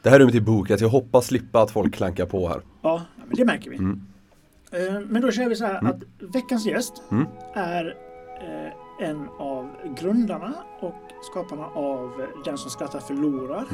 Det här rummet är bokat. Jag hoppas slippa att folk klankar på här. Ja, men det märker vi. Men då kör vi så här att veckans gäst är en av grundarna och skaparna av Den som skrattar förlorar.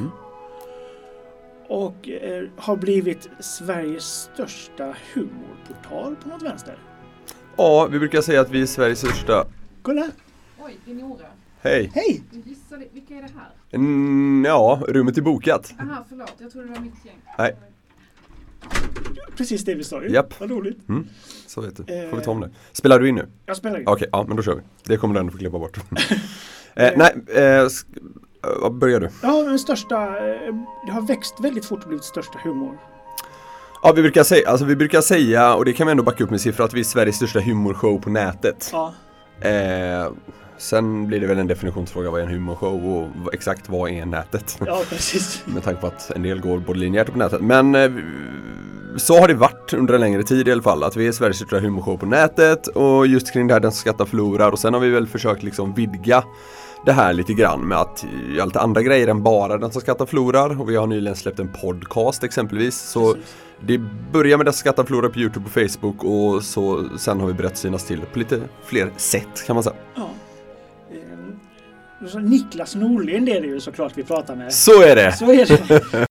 Och har blivit Sveriges största humorportal på något vänster. Ja, vi brukar säga att vi är Sveriges största. Kolla! Oj, det är Nora. Hej! Hej! Vilka är det här? Ja, rummet är bokat. Aha, förlåt. Jag trodde det var mitt gäng. Nej. Precis det vi sa ju. Japp. Vad roligt. Så vet du. Får vi ta om det. Spelar du in nu? Jag spelar in. Okej, ja men då kör vi. Det kommer du ändå få klippa bort. Vad börjar du? Ja, den största... Det har växt väldigt fort och blivit största humor. Ja, vi brukar säga, och det kan vi ändå backa upp med siffror, att vi är Sveriges största humorshow på nätet. Ja. Sen blir det väl en definitionsfråga, vad är en humorshow och exakt vad är nätet? Ja, precis. Med tanke på att en del går både linjärt på nätet. Men så har det varit under en längre tid i alla fall, att vi är Sveriges största humorshow på nätet. Och just kring det här Den som skrattar förlorar. Och sen har vi väl försökt liksom vidga det här lite grann med att göra lite andra grejer än bara Den som skrattar förlorar. Och vi har nyligen släppt en podcast exempelvis. Så det börjar med Den som skrattar förlorar på YouTube och Facebook. Och så, sen har vi brett synas till på lite fler sätt kan man säga. Ja. Niklas Norlén, det är det ju såklart vi pratar med. Så är det! Så är det.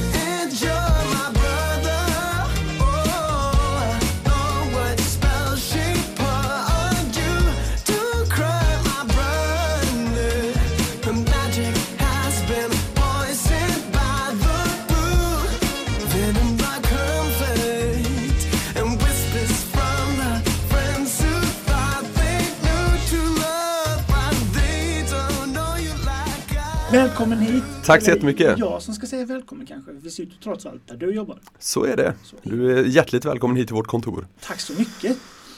Välkommen hit. Tack så jättemycket. Jag som ska säga välkommen kanske. Vi sitter trots allt där du jobbar. Så är det. Du är hjärtligt välkommen hit till vårt kontor. Tack så mycket.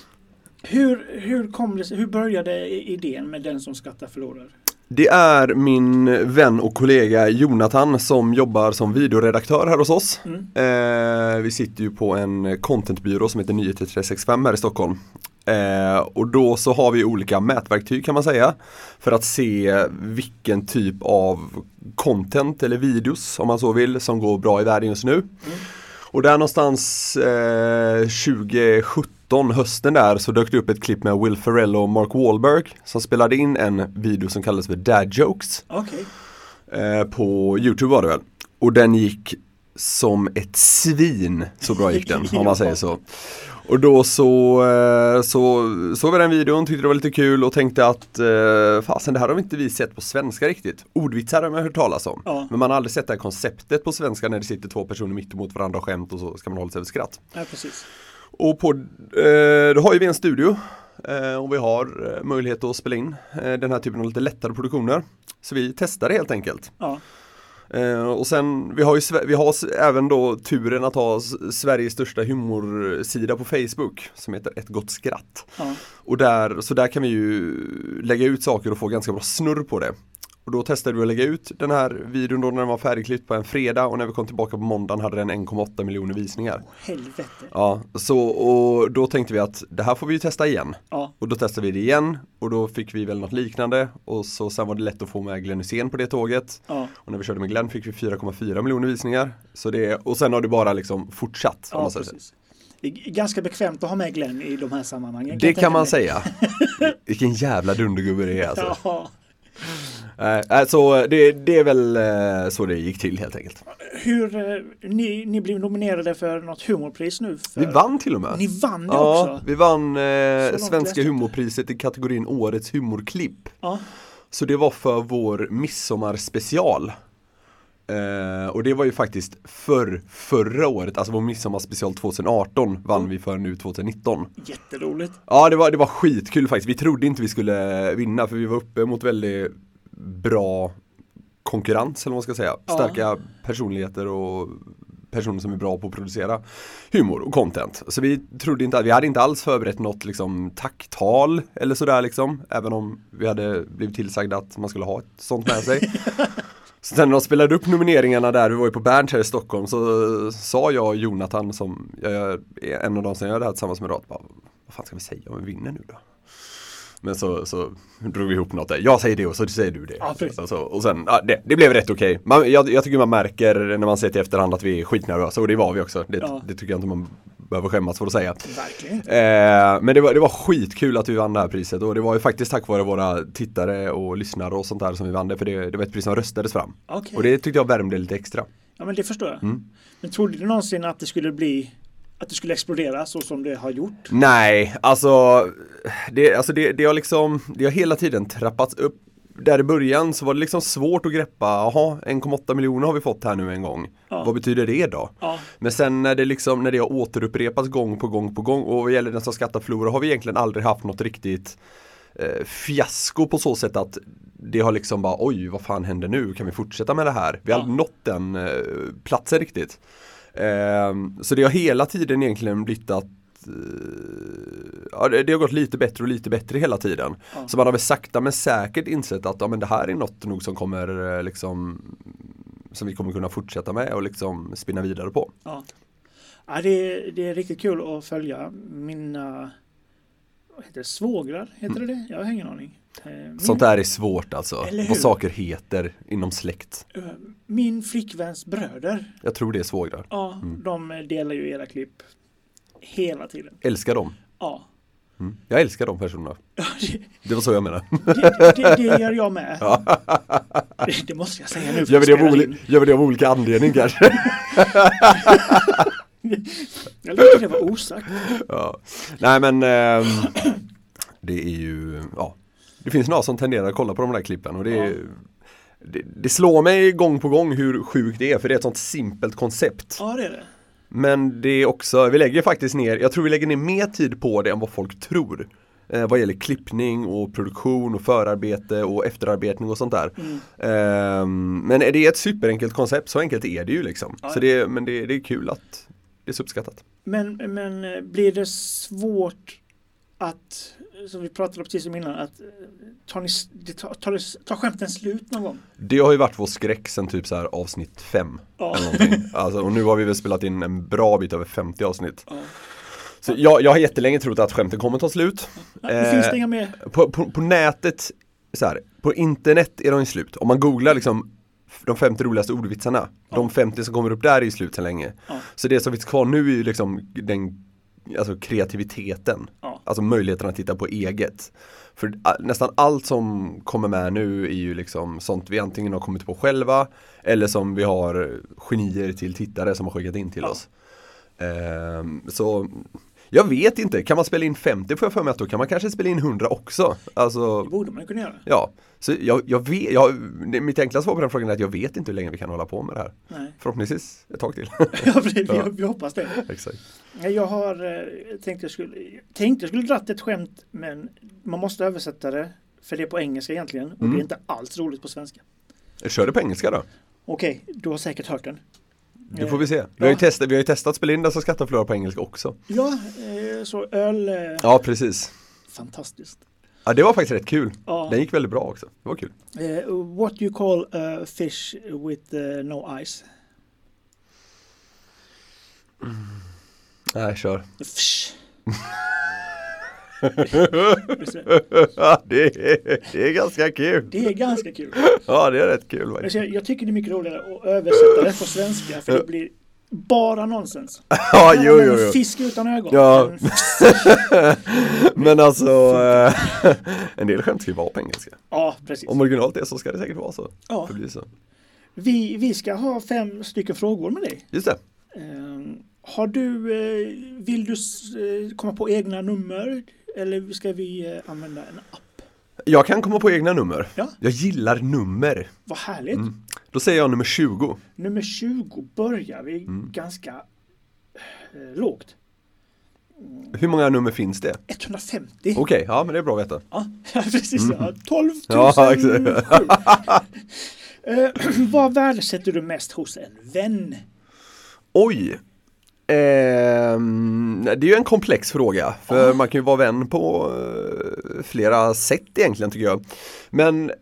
Hur började idén med Den som skrattar förlorar? Det är min vän och kollega Jonathan som jobbar som videoredaktör här hos oss. Vi sitter ju på en contentbyrå som heter Nyheter 365 här i Stockholm. Och då så har vi olika mätverktyg kan man säga för att se vilken typ av content eller videos om man så vill som går bra i världen just nu. Och där någonstans 2017 hösten där så dök det upp ett klipp med Will Ferrell och Mark Wahlberg som spelade in en video som kallades för Dad Jokes. På YouTube var det väl. Och den gick som ett svin, så bra gick den om man säger så. Och då så vi den videon, tyckte det var lite kul och tänkte att fasen, det här har vi inte sett på svenska riktigt. Ordvitsar har man hört talas om. Ja. Men man har aldrig sett det här konceptet på svenska när det sitter två personer mitt emot varandra och skämt och så ska man hålla sig över skratt. Ja, precis. Och då har ju vi en studio och vi har möjlighet att spela in den här typen av lite lättare produktioner. Så vi testar det helt enkelt. Ja. Och sen, vi har även då turen att ha Sveriges största humorsida på Facebook som heter Ett gott skratt. Ja. Och där kan vi ju lägga ut saker och få ganska bra snurr på det. Och då testade vi att lägga ut den här videon då när den var färdigklippt på en fredag och när vi kom tillbaka på måndagen hade den 1,8 miljoner visningar. Helvete. Ja, och då tänkte vi att det här får vi ju testa igen. Ja. Och då testade vi det igen och då fick vi väl något liknande och så sen var det lätt att få med Glenn Hysén på det tåget. Ja. Och när vi körde med Glenn fick vi 4,4 miljoner visningar. Och sen har det bara liksom fortsatt. Ja, precis. Det är ganska bekvämt att ha med Glenn i de här sammanhangen. Det kan man säga. Vilken jävla dundergubbe det är alltså. Ja. Så det är väl så det gick till helt enkelt. Ni blev nominerade för något humorpris nu. Vi vann till och med. Ni vann det också? Vi vann svenska humorpriset i kategorin Årets humorklipp. Ja. Så det var för vår midsommarspecial. Och det var ju faktiskt förra året, alltså vår midsommarspecial 2018 vann vi för nu 2019. Jätteroligt. Ja, det var skitkul faktiskt. Vi trodde inte vi skulle vinna för vi var uppe mot väldigt bra konkurrens eller vad man ska säga. Starka personligheter och personer som är bra på att producera humor och content. Så vi trodde inte att vi hade inte alls förberett något liksom tacktal eller sådär liksom, även om vi hade blivit tillsagda att man skulle ha ett sånt med sig. Så sen när de spelade upp nomineringarna där, vi var ju på Bernt här i Stockholm, så sa jag och Jonathan som en av de som jag hade här tillsammans med vad fan ska vi säga om vi vinner nu då? Men så drog vi ihop något där. Jag säger det och så säger du det. Ja, alltså, och sen, det blev rätt okej. Jag tycker man märker när man ser till efterhand att vi är skitnervösa. Och det var vi också. Det tycker jag inte man behöver skämmas för att säga. Verkligen. Men det var skitkul att vi vann det här priset. Och det var ju faktiskt tack vare våra tittare och lyssnare och sånt där som vi vann det. För det var ett pris som röstades fram. Okay. Och det tyckte jag värmde lite extra. Ja, men det förstår jag. Men trodde du någonsin att det skulle explodera så som det har gjort? Nej, det har hela tiden trappats upp. Där i början så var det liksom svårt att greppa. 1,8 miljoner har vi fått här nu en gång. Ja. Vad betyder det då? Ja. Men sen när det har återupprepats gång på gång och vad gäller Den som skattar förlorar har vi egentligen aldrig haft något riktigt fiasko på så sätt att det har liksom bara, oj, vad fan händer nu? Kan vi fortsätta med det här? Vi har aldrig nått den platsen riktigt. Så det har hela tiden egentligen blivit att det har gått lite bättre hela tiden. Ja. Så man har väl sakta men säkert insett att men det här är något nog som kommer liksom, som vi kommer kunna fortsätta med och liksom spinna vidare på. Ja, det är riktigt kul att följa mina svågrar, heter det? Jag har ingen aning. Sånt där är svårt alltså. Vad saker heter inom släkt. Min flickväns bröder. Jag tror det är svågrar. Ja, de delar ju era klipp hela tiden. Älskar dem? Ja. Jag älskar de personerna. Det var så jag menar. Det gör jag med. Ja. Det måste jag säga nu. Gör vi det av olika anledning kanske? Jag låter det vara osagt. Ja. Nej men det är ju det finns några som tenderar att kolla på de där klippen och det slår mig gång på gång hur sjukt det är, för det är ett sånt simpelt koncept. Ja, det är det. Men det är också, vi lägger faktiskt ner, jag tror vi lägger ner mer tid på det än vad folk tror. Vad gäller klippning och produktion och förarbete och efterarbetning och sånt där. Men det är ett superenkelt koncept, så enkelt är det ju liksom. Ja. Så det är kul att det är så uppskattat. Men blir det svårt att, som vi pratade om precis som innan, att tar skämten slut någon gång? Det har ju varit vår skräck sen typ så här avsnitt 5. Ja. Eller någonting. Alltså, och nu har vi väl spelat in en bra bit över 50 avsnitt. Ja. Så jag har jättelänge trott att skämten kommer ta slut. Finns det inga mer? På nätet, så här, på internet är de slut. Om man googlar liksom de 50 roligaste ordvitsarna, de 50 som kommer upp där är ju slut så länge. Ja. Så det som finns kvar nu är ju liksom kreativiteten. Ja. Alltså möjligheten att titta på eget. För nästan allt som kommer med nu är ju liksom sånt vi antingen har kommit på själva eller som vi har genier till tittare som har skickat in till oss. Så jag vet inte, kan man spela in 50 får jag för mig att då kan man kanske spela in 100 också. Alltså, det borde man kunna göra. Ja, så mitt enkla svar på den frågan är att jag vet inte hur länge vi kan hålla på med det här. Nej. Förhoppningsvis ett tag till. Vi hoppas det. Exakt. Jag har tänkte jag skulle dratt ett skämt, men man måste översätta det, för det är på engelska egentligen och det är inte alls roligt på svenska. Kör det på engelska då? Okej, du har säkert hört den. Det får vi se. Vi har ju testat att spela in Den som skattar förlorar på engelska också. Ja, så öl. Ja, precis. Fantastiskt. Ja, det var faktiskt rätt kul. Ja. Den gick väldigt bra också. Det var kul. What you call a fish with no eyes? Nej, kör. Fish. Det är ganska kul. Det är ganska kul. Ja, det är rätt kul. Jag tycker det är mycket roligare att översätta det på svenska, för det blir bara nonsens. Ja, jo. Fisk utan ögon. Ja. Men alltså en del skämt ska ju vara på engelska. Ja, precis. Om originalet är så ska det säkert vara så. Ja. Det blir så. Vi ska ha 5 stycken frågor med dig. Just det. Vill du komma på egna nummer, eller ska vi använda en app? Jag kan komma på egna nummer. Ja. Jag gillar nummer. Vad härligt. Då säger jag nummer 20. Nummer 20 börjar vi ganska lågt. Hur många nummer finns det? 150. Okej, ja, men det är bra att veta. Ja, precis. 12 000. Ja, vad värdesätter du mest hos en vän? Oj. Det är ju en komplex fråga. För man kan ju vara vän på flera sätt egentligen, tycker jag. Men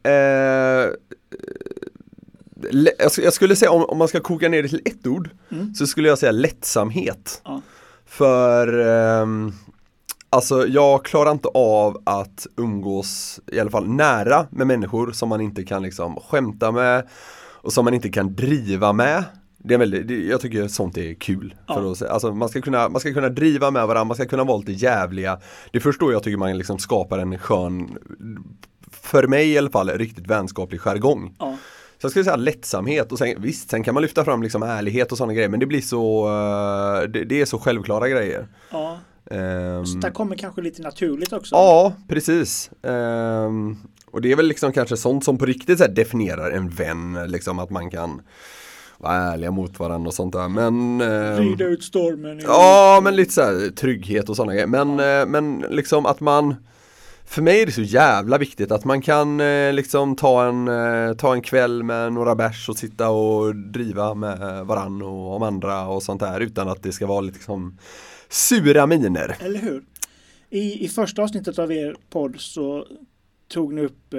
jag skulle säga, om man ska koka ner det till ett ord, så skulle jag säga lättsamhet. För Alltså jag klarar inte av att umgås i alla fall nära med människor som man inte kan liksom skämta med och som man inte kan driva med. Det är jag tycker sånt är kul. För att, alltså man ska kunna driva med varandra, man ska kunna vara lite jävliga. Det förstår jag tycker man liksom skapar en skön, för mig i alla fall, riktigt vänskaplig jargong. Ja. Så jag skulle säga lättsamhet och sen kan man lyfta fram liksom ärlighet och sådana grejer, men det blir så det är så självklara grejer. Ja. Så det kommer kanske lite naturligt också. Ja, precis. Och det är väl liksom kanske sånt som på riktigt så här definierar en vän, liksom att man kan vara ärliga mot varandra och sånt där. Men rida ut stormen. Ja, men lite så här trygghet och sådana grejer. Men liksom att man, för mig är det så jävla viktigt att man kan liksom ta en kväll med några bärs och sitta och driva med varann och om andra och sånt där utan att det ska vara liksom sura miner. Eller hur? I första avsnittet av er podd så tog ni upp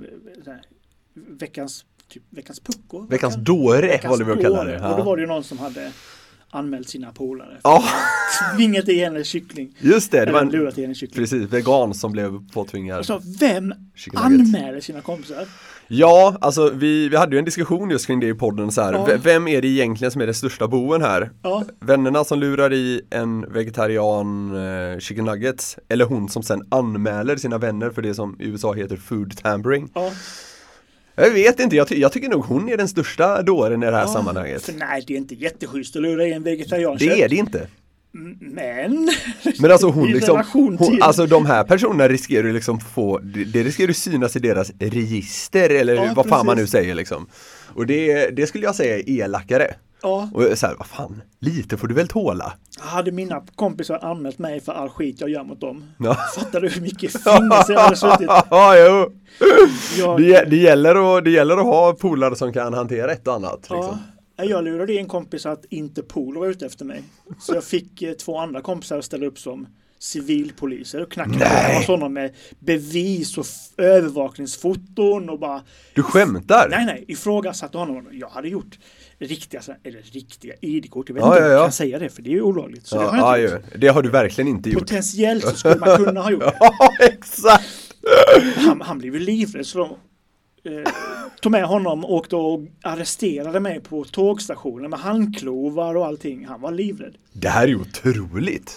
veckans pucko. Veckans dåre håller vi att kalla det. Och då var det ju någon som hade anmält sina polare. Tvingat igen en kyckling. Just det, det var lurat igen en kyckling. Precis, vegan som blev påtvingad. Alltså, vem anmäler sina kompisar? Ja, alltså vi hade ju en diskussion just kring det i podden så här. Vem är det egentligen som är det största boven här? Ja. Vännerna som lurar i en vegetarian chicken nuggets eller hon som sen anmäler sina vänner för det som i USA heter food tampering? Ja. Jag vet inte, jag tycker nog hon är den största dåren i det här sammanhanget. För nej, det är inte jätteschysst att lura i en vegetarian. Det är det inte. Men alltså hon liksom, alltså de här personerna riskerar ju liksom det riskerar ju synas i deras register eller vad fan man nu säger liksom. Och det skulle jag säga är elakare. Ja. Och så här, vad fan, lite får du väl tåla. Hade mina kompisar anmält mig för all skit jag gör mot dem. Ja. Fattar du hur mycket fängelse jag hade suttit? Ja, jo. Det gäller att ha polare som kan hantera ett och annat. Liksom. Jag lurade en kompis att inte pol var ute efter mig. Så jag fick 2 andra kompisar att ställa upp som civilpoliser och knackade på honom med bevis och övervakningsfoton och bara... Du skämtar? Nej, ifrågasatte honom. Jag hade gjort riktiga ID-kort. Jag vet inte om jag kan säga det, för det är ju olagligt. Så det har jag inte gjort. Det har du verkligen inte gjort. Potentiellt så skulle man kunna ha gjort det. Ja, exakt. Han blev ju livrädd, så de tog med honom och åkte och arresterade mig på tågstationen med handklovar och allting. Han var livrädd. Det här är ju otroligt.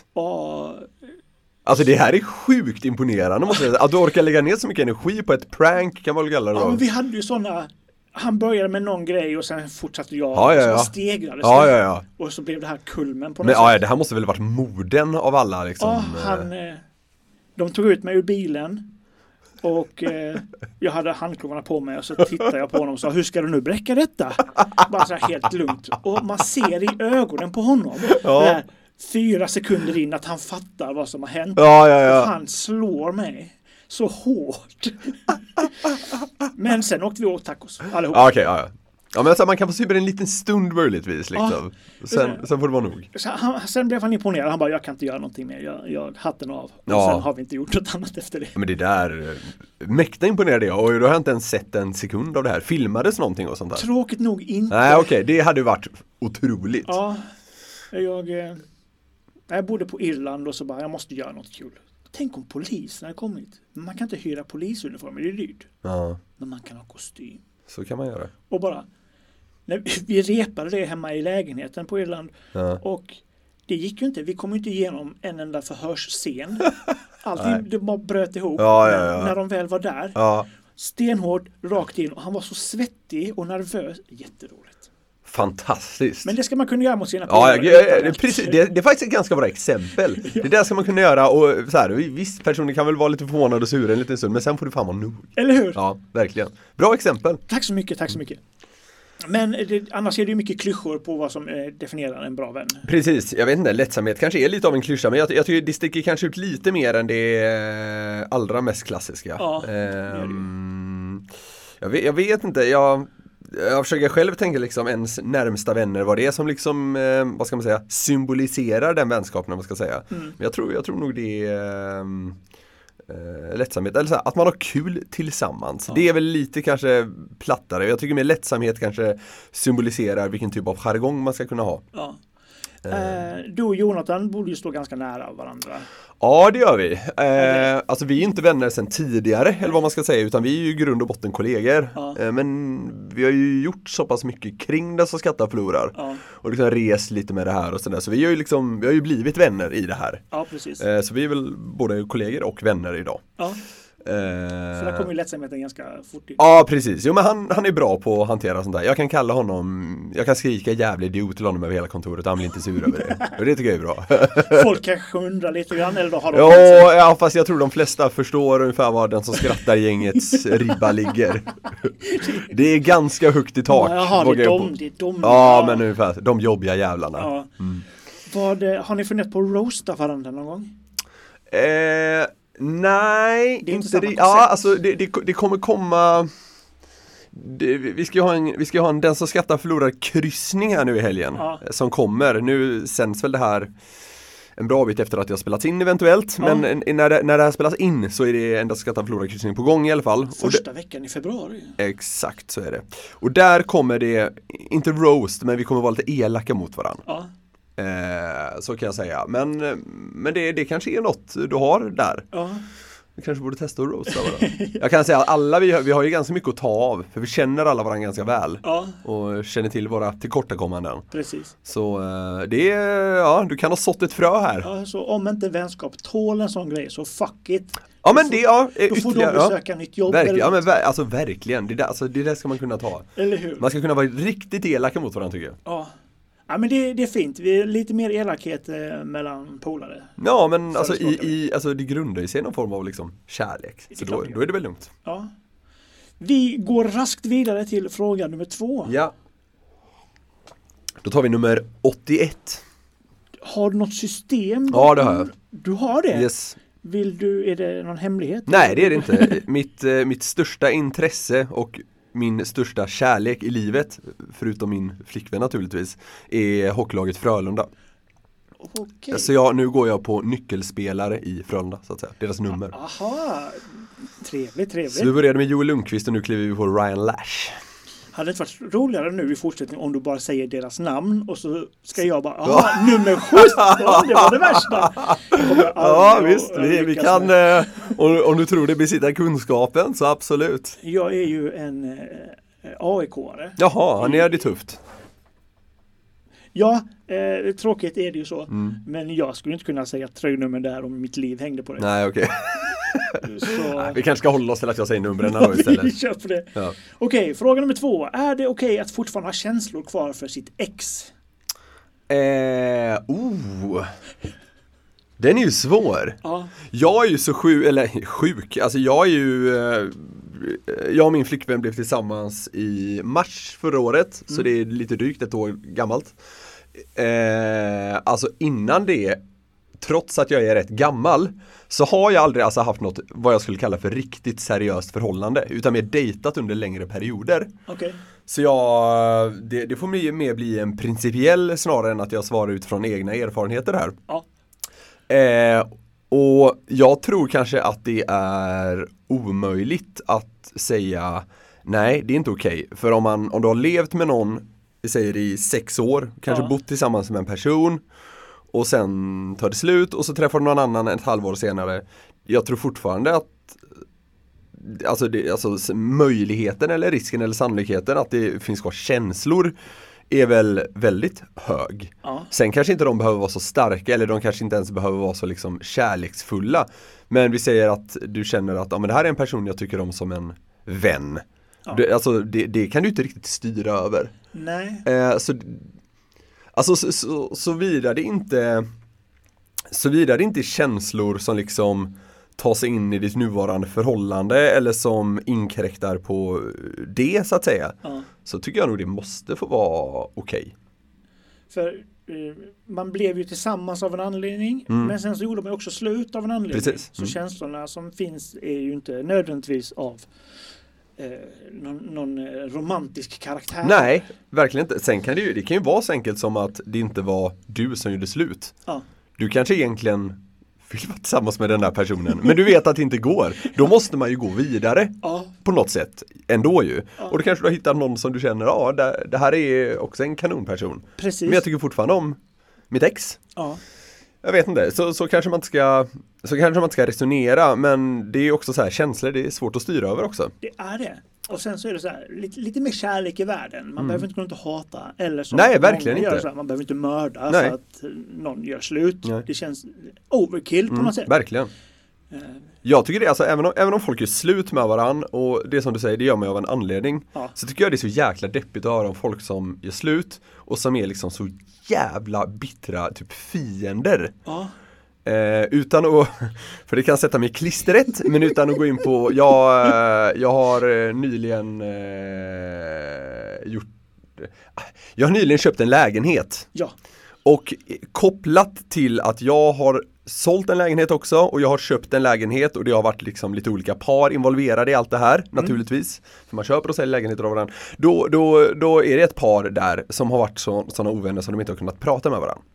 Alltså det här är sjukt imponerande, måste jag säga. Att du orkar lägga ner så mycket energi på ett prank kan man väl kalla det då. Men vi hade ju sådana. Han började med någon grej och sen fortsatte jag. Så stegrade sig. Ja. Och så blev det här kulmen på något sätt. Ja, det här måste väl varit morden av alla liksom. De tog ut mig ur bilen. Och jag hade handklovarna på mig och så tittade jag på honom och sa, hur ska du nu bräcka detta? Bara så här helt lugnt. Och man ser i ögonen på honom där 4 sekunder in att han fattar vad som har hänt. Ja. Och han slår mig så hårt. Men sen åkte vi åt tacos allihop. Okej. Ja, men alltså, man kan få super en liten stund möjligtvis liksom. Sen får det vara nog. Sen blev han imponerad. Han bara, jag kan inte göra någonting mer. Jag hatten av. Och sen har vi inte gjort något annat efter det. Men det där, mäkta imponerade jag. Och då har jag inte ens sett en sekund av det här. Filmades någonting och sånt där? Tråkigt nog inte. Nej, okej. Det hade ju varit otroligt. Ja, jag bodde på Irland och så bara, jag måste göra något kul. Tänk om polisen hade kommit. Men man kan inte hyra polisuniformer, det är dyrt. Ja. Men man kan ha kostym. Så kan man göra. Och bara, vi repade det hemma i lägenheten på Irland. Ja. Och det gick ju inte. Vi kom inte igenom en enda förhörsscen. Allting det bara bröt ihop när de väl var där. Ja. Stenhårt, rakt in. Och han var så svettig och nervös. Jätteroligt. Fantastiskt. Men det ska man kunna göra mot sina polare. Det är faktiskt ett ganska bra exempel. Det där ska man kunna göra. Och så här, visst, personer kan väl vara lite förvånade och sura en liten stund. Men sen får du fan vara nog. Eller hur? Ja, verkligen. Bra exempel. Tack så mycket. Men annars är det ju mycket klyschor på vad som definierar en bra vän. Precis, jag vet inte, lättsamhet kanske är lite av en klyscha. Men jag tycker det sticker kanske ut lite mer än det allra mest klassiska. Ja, jag vet inte, jag försöker själv tänka liksom ens närmsta vänner, vad det är som liksom, vad ska man säga, symboliserar den vänskapen, om man ska säga. Men jag tror nog det är lättsamhet, eller så här, att man har kul tillsammans. Det är väl lite kanske plattare. Jag tycker mer lättsamhet kanske symboliserar vilken typ av jargong man ska kunna ha. Ja. Du och Jonathan borde ju stå ganska nära varandra. Ja, det gör vi. Alltså vi är inte vänner sedan tidigare, eller vad man ska säga, utan vi är ju i grund och botten kollegor. Men vi har ju gjort så pass mycket kring det som skattar förlorar. Och liksom rest lite med det här och sådär. Så vi har ju blivit vänner i det här. Ja, precis. Så vi är väl både kollegor och vänner idag. Ja. För där kommer ju lättsamheten ganska fort. Ja, precis. Jo, men han är bra på att hantera sånt där. Jag kan kalla honom, jag kan skrika jävla idiot till honom över hela kontoret. Han blir inte sur över det. Och det tycker jag är bra. Folk kanske undrar lite grann, eller då har de ja, fast jag tror de flesta förstår ungefär var den som skrattar gängets ribba ligger. Det är ganska högt i tak. Jaha, det är de. Ja, men ungefär, de jobbiga jävlarna. Ja. Har ni funderat på att roasta varandra någon gång? Nej, inte det. Ja, alltså det kommer komma. Vi ska ha en Den som skrattar förlorar kryssning här nu i helgen som kommer. Nu sänds väl det här en bra bit efter att jag spelat in eventuellt, men när det här spelas in så är det Den som skrattar förlorar kryssning på gång i alla fall. Första veckan i februari. Exakt, så är det. Och där kommer det inte roast, men vi kommer vara lite elaka mot varandra. Ja. Så kan jag säga. Men det kanske är något du har där. Ja. Vi kanske borde testa att roasta varandra. Jag kan säga att alla vi har ju ganska mycket att ta av. För vi känner alla varandra ganska väl. Ja. Och känner till våra tillkortakommanden. Precis. Så det är, du kan ha sått ett frö här. Ja, så om inte vänskap tål en sån grej, så fuck it. Ja, men då får de besöka nytt jobb. Verkligen, ja, men alltså verkligen. Det där ska man kunna ta. Eller hur? Man ska kunna vara riktigt elaka mot varandra, tycker jag. Ja. Ja, men det är fint. Vi är lite mer elakhet mellan polare. Ja, men alltså det grundar ju sig någon form av liksom kärlek. Så då är det väl lugnt. Ja. Vi går raskt vidare till fråga nummer 2. Ja. Då tar vi nummer 81. Har du något system? Ja, det har jag. Du har det? Yes. Är det någon hemlighet? Nej, det är det inte. Mitt största intresse och min största kärlek i livet, förutom min flickvän naturligtvis, är hockeylaget Frölunda. Okay. Så nu går jag på nyckelspelare i Frölunda, så att säga. Deras nummer. Aha, trevligt. Så vi började med Joel Lundqvist och nu kliver vi på Ryan Lash. Hade det inte varit roligare nu i fortsättningen om du bara säger deras namn och så ska jag bara, nummer 17, det var det värsta. Ja, visst, vi kan, om du tror det besitter kunskapen, så absolut. Jag är ju en AIK-are. Jaha, han är det tufft. Ja, tråkigt är det ju så. Men jag skulle inte kunna säga tröjnummer där om mitt liv hängde på det. Nej, okej. Så... Vi kanske ska hålla oss till att jag säger numren då istället. Vi kör på det. Ja. Okej, fråga nummer 2. Är det okej att fortfarande ha känslor kvar för sitt ex? Den är ju svår. Ja. Jag är ju så sjuk. Alltså jag är ju... jag och min flickvän blev tillsammans i mars förra året. Så det är lite drygt ett år gammalt. Alltså innan det, trots att jag är rätt gammal, så har jag aldrig haft något vad jag skulle kalla för riktigt seriöst förhållande, utan mer dejtat under längre perioder. Okay. Så det får mer bli en principiell snarare än att jag svarar utifrån egna erfarenheter här. Ja. Och jag tror kanske att det är omöjligt att säga nej, det är inte okej. För om du har levt med någon, vi säger i 6 år, kanske bott tillsammans med en person och sen tar det slut och så träffar du någon annan ett halvår senare. Jag tror fortfarande att möjligheten eller risken eller sannolikheten att det finns kvar känslor är väl väldigt hög. Ja. Sen kanske inte de behöver vara så starka, eller de kanske inte ens behöver vara så liksom kärleksfulla. Men vi säger att du känner att men det här är en person jag tycker om som en vän. Ja. Det kan du inte riktigt styra över. Nej. Såvida det inte är känslor som liksom tar sig in i ditt nuvarande förhållande eller som inkräktar på det, så att säga. Ja. Så tycker jag nog det måste få vara okej. För man blev ju tillsammans av en anledning, men sen så gjorde man också slut av en anledning. Precis. Så känslorna som finns är ju inte nödvändigtvis av någon romantisk karaktär. Nej, verkligen inte. Sen kan det kan ju vara så enkelt som att det inte var du som gjorde slut. Ja. Du kanske egentligen vill vara tillsammans med den där personen, men du vet att det inte går. Då måste man ju gå vidare på något sätt ändå ju. Och då kanske du har hittat någon som du känner, det här är också en kanonperson. Precis. Men jag tycker fortfarande om mitt ex. Ja. Jag vet inte, så kanske man inte ska resonera, men det är också så här, känslor, det är svårt att styra över också. Det är det. Och sen så är det så här, lite mer kärlek i världen. Man behöver inte gå runt och hata. Eller som Nej, verkligen inte. Så här, man behöver inte mörda Nej. för att någon gör slut. Nej. Det känns overkill på något sätt. Verkligen. Jag tycker det, alltså även om folk är slut med varann, och det som du säger, det gör man av en anledning, så tycker jag det är så jäkla deppigt att höra om folk som gör slut och som är liksom så jävla bittra typ fiender. Ja. Utan att, för det kan sätta mig i klistret, men utan att gå in på, jag har nyligen köpt en lägenhet. Ja. Och kopplat till att jag har sålt en lägenhet också, och jag har köpt en lägenhet, och det har varit liksom lite olika par involverade i allt det här, naturligtvis. För man köper och säljer lägenheter av varandra. Då är det ett par där som har varit sådana ovänner som de inte har kunnat prata med varandra.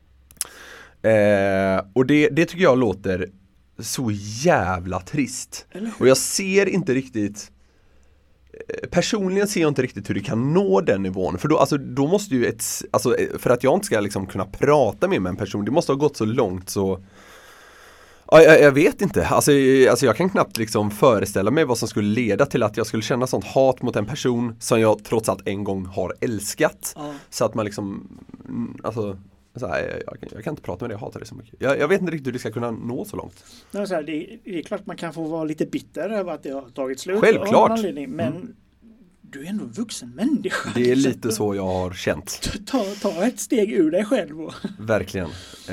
Och det tycker jag låter så jävla trist. Och jag ser inte riktigt, personligen ser jag inte riktigt hur det kan nå den nivån. För då måste ju för att jag inte ska liksom kunna prata med en person, det måste ha gått så långt så. Ja, jag vet inte. Alltså jag kan knappt liksom föreställa mig vad som skulle leda till att jag skulle känna sånt hat mot en person som jag trots allt en gång har älskat. Så att man liksom, alltså så här, jag kan inte prata med det, jag hatar det så mycket. Jag vet inte riktigt hur det ska kunna nå så långt. Nej, så här, det är klart man kan få vara lite bitter över att det har tagit slut. Självklart. Men du är ändå en vuxen människa. Det är lite så jag har känt. Ta ett steg ur dig själv. Verkligen.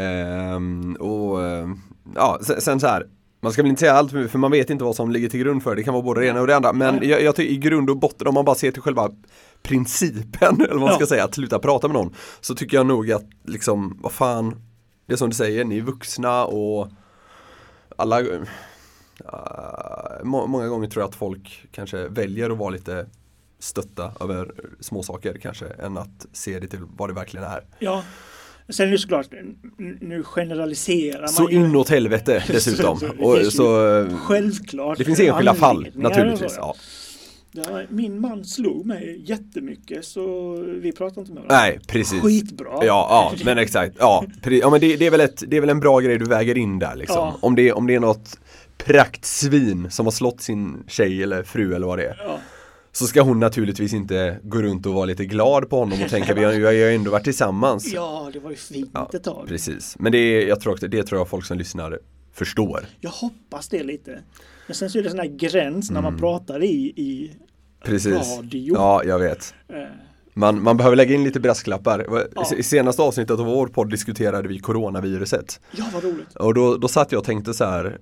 Sen så här, man ska väl inte säga allt för man vet inte vad som ligger till grund för det. kan vara både det ena och det andra. Men jag tycker i grund och botten, om man bara ser till själva principen, eller vad man ska säga, att sluta prata med någon, så tycker jag nog att liksom, vad fan, det är som du säger, ni är vuxna och alla många gånger tror jag att folk kanske väljer att vara lite stötta över små saker kanske, än att se det till vad det verkligen är. Ja. Sen är det såklart, nu generaliserar man så inåt helvete dessutom. Självklart. Det finns enskilda fall naturligtvis. Ja. Ja, min man slog mig jättemycket, så vi pratar inte med varandra. Nej, precis. Skitbra. Ja, men exakt. Ja, men det är väl en bra grej du väger in där liksom. Ja. Om det är något praktsvin som har slått sin tjej eller fru eller vad det är. Ja. Så ska hon naturligtvis inte gå runt och vara lite glad på honom och tänka vi har ju ändå varit tillsammans. Ja, det var ju fint ett tag. Precis. Men jag tror folk som lyssnar förstår. Jag hoppas det lite. Men sen så är det sån här gräns när man pratar i radio. Ja, jag vet. Man behöver lägga in lite brasklappar. I senaste avsnittet av vår podd diskuterade vi coronaviruset. Ja, vad roligt. Och då satt jag och tänkte så här,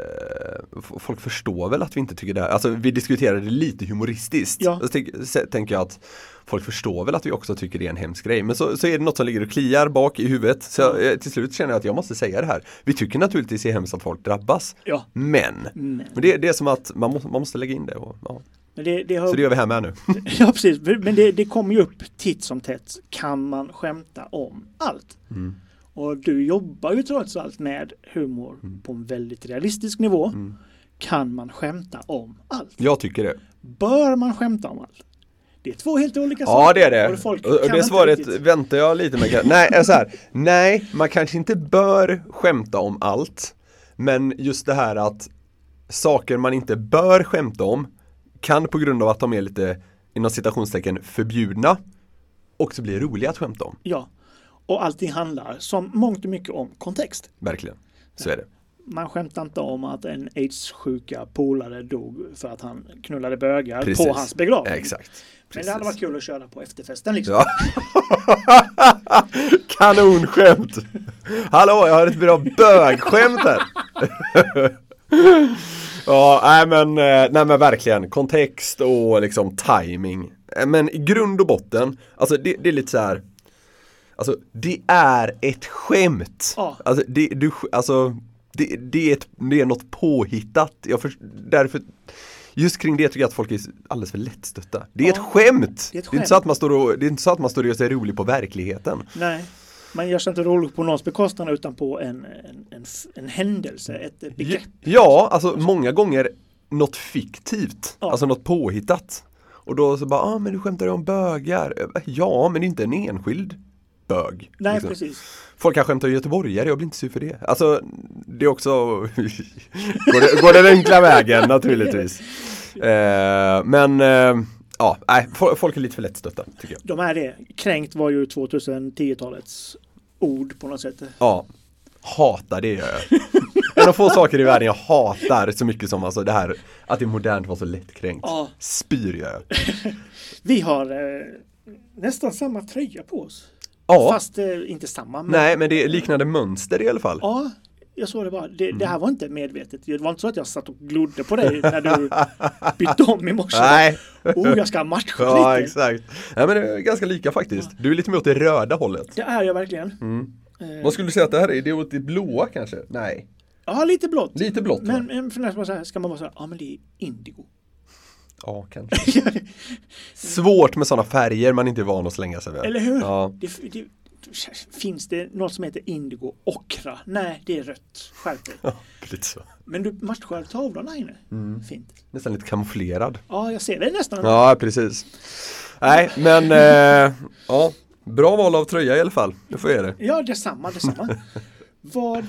folk förstår väl att vi inte tycker det här. Alltså vi diskuterade det lite humoristiskt. Ja. Så tänker jag att folk förstår väl att vi också tycker det är en hemsk grej. Men så är det något som ligger och kliar bak i huvudet. Så jag, till slut känner jag att jag måste säga det här. Vi tycker naturligtvis det är hemskt att folk drabbas. Ja. Men det är som att man måste lägga in det. Men så det gör vi här med nu. Ja, precis. Men det kommer ju upp titt som tätt. Kan man skämta om allt? Mm. Och du jobbar ju trots allt med humor på en väldigt realistisk nivå. Mm. Kan man skämta om allt? Jag tycker det. Bör man skämta om allt? Det är två helt olika saker. Ja, det är det. Och det svaret väntar jag lite med. Nej, man kanske inte bör skämta om allt. Men just det här att saker man inte bör skämta om kan på grund av att de är lite inom citationstecken förbjudna också bli roliga att skämta om. Ja, och allting handlar som mångt och mycket om kontext. Verkligen, så är det. Man skämtar inte om att en AIDS-sjuka polare dog för att han knullade bögar på hans begravning. Exakt. Men det hade varit kul att köra på efterfesten liksom. Ja. Kanonskämt! Hallå, jag har ett bra bögskämt här. Ja, nej men verkligen kontext och liksom timing. Men i grund och botten, alltså det är lite så här, alltså det är ett skämt. Ja. Alltså det är något påhittat. Därför just kring det tycker jag att folk är alldeles för lättstötta. Det är ett skämt. Det är inte så att man står och gör sig rolig på verkligheten. Nej. Man gör sig inte rolig på någons bekostnad utan på en händelse, ett begrepp. Ja, alltså många gånger något fiktivt, alltså något påhittat. Och då så bara, men du skämtar om bögar. Ja, men det är inte en enskild bög. Nej, liksom. precis. Folk kanske skämtar göteborgare, jag blir inte sur för det. Alltså, det är också går den enkla vägen naturligtvis. Folk är lite för lättstötta, tycker jag. De är det. Kränkt var ju 2010-talets ord på något sätt. Ja, hatar det gör jag. En av få saker i världen jag hatar så mycket som alltså det här att det är modernt var så lättkränkt. Ja. Spyr gör jag. Vi har nästan samma tröja på oss. Ja. Fast inte samma. Nej, men det är liknande mönster i alla fall. Ja, jag såg det bara. Det här var inte medvetet. Det var inte så att jag satt och glodde på dig när du bytte om i morse. Nej. Jag ska matcha Ja, lite. exakt. Nej, men det är ganska lika faktiskt. Du är lite mer åt det röda hållet. Det är jag verkligen. Vad skulle du säga att det här är? Det är åt det blåa kanske? Nej. Ja, lite blått. Lite blått, va? Men för nästan så här, ska man bara säga, ja men det är indigo. Ja, kanske. Svårt med sådana färger man inte är van att slänga sig med. Eller hur? Ja. Finns det något som heter indigo? Ockra? Nej, det är rött. Skärp dig. Ja, lite så. Men du matchar tavlorna inne. Fint. Nästan lite kamouflerad. Ja, jag ser det nästan. Ja, precis. Nej, men ja, bra val av tröja i alla fall. Det får jag det. Ja, detsamma. Vad...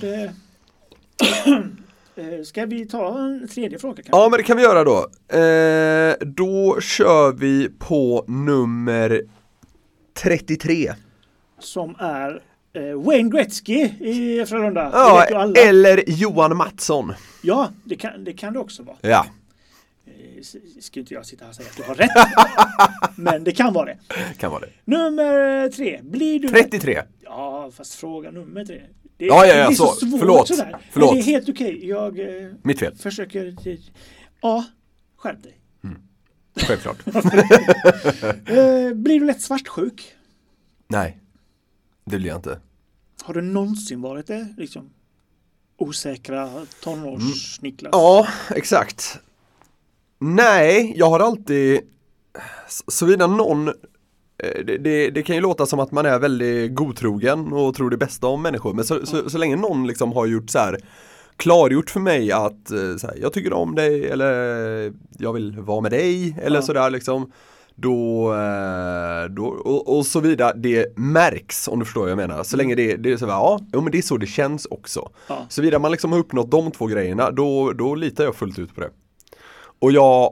ska vi ta en tredje fråga kanske? Ja, men det kan vi göra då. Då kör vi på nummer 33. Som är Wayne Gretzky i Frölunda. Ja, vet ju alla. eller Johan Mattsson. Ja, det kan det också vara. Ja. Ska inte jag sitta här och säga att du har rätt. Men det kan vara det. Kan vara det. Nummer 3. Blir du... 33. Ja, fast fråga nummer 3. Det Ja, är så. svårt Förlåt. sådär. Förlåt. Men det är helt okej. Jag Mitt fel. försöker... Ja, skärp dig. Självklart. Blir du lätt svartsjuk? Nej, det blir jag inte. Har du någonsin varit det? Liksom osäkra tonårs-Niklas? Ja, exakt. Nej, jag har alltid... Såvida någon... Det kan ju låta som att man är väldigt godtrogen och tror det bästa om människor. Men så länge någon liksom har gjort så här, klargjort för mig att så här, jag tycker om dig eller jag vill vara med dig eller sådär liksom. Då och så vidare, det märks om du förstår vad jag menar. Så länge det är så här, men det är så det känns också. Så vidare man liksom har uppnått de två grejerna, då litar jag fullt ut på det. Och jag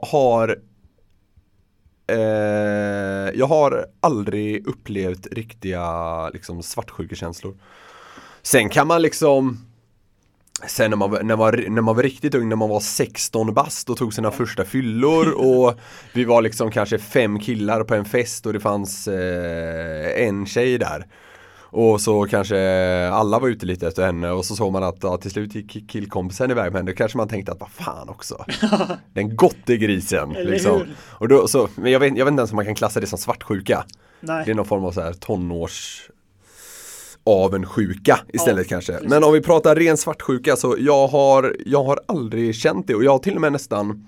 har aldrig upplevt riktiga liksom svartsjukekänslor. Sen kan man liksom sen när man var riktigt ung, när man var 16 bast och tog sina första fyllor och vi var liksom kanske 5 killar på en fest och det fanns en tjej där. Och så kanske alla var ute lite efter henne och så såg man att till slut gick killkompisen iväg med henne. Då kanske man tänkte att vad fan också. Den gottegrisen liksom. Och då, så, men jag vet inte ens om man kan klassa det som svartsjuka. Nej. Det är någon form av så här tonårs avundsjuka istället kanske. Precis. Men om vi pratar ren svartsjuka så jag har aldrig känt det och jag har till och med nästan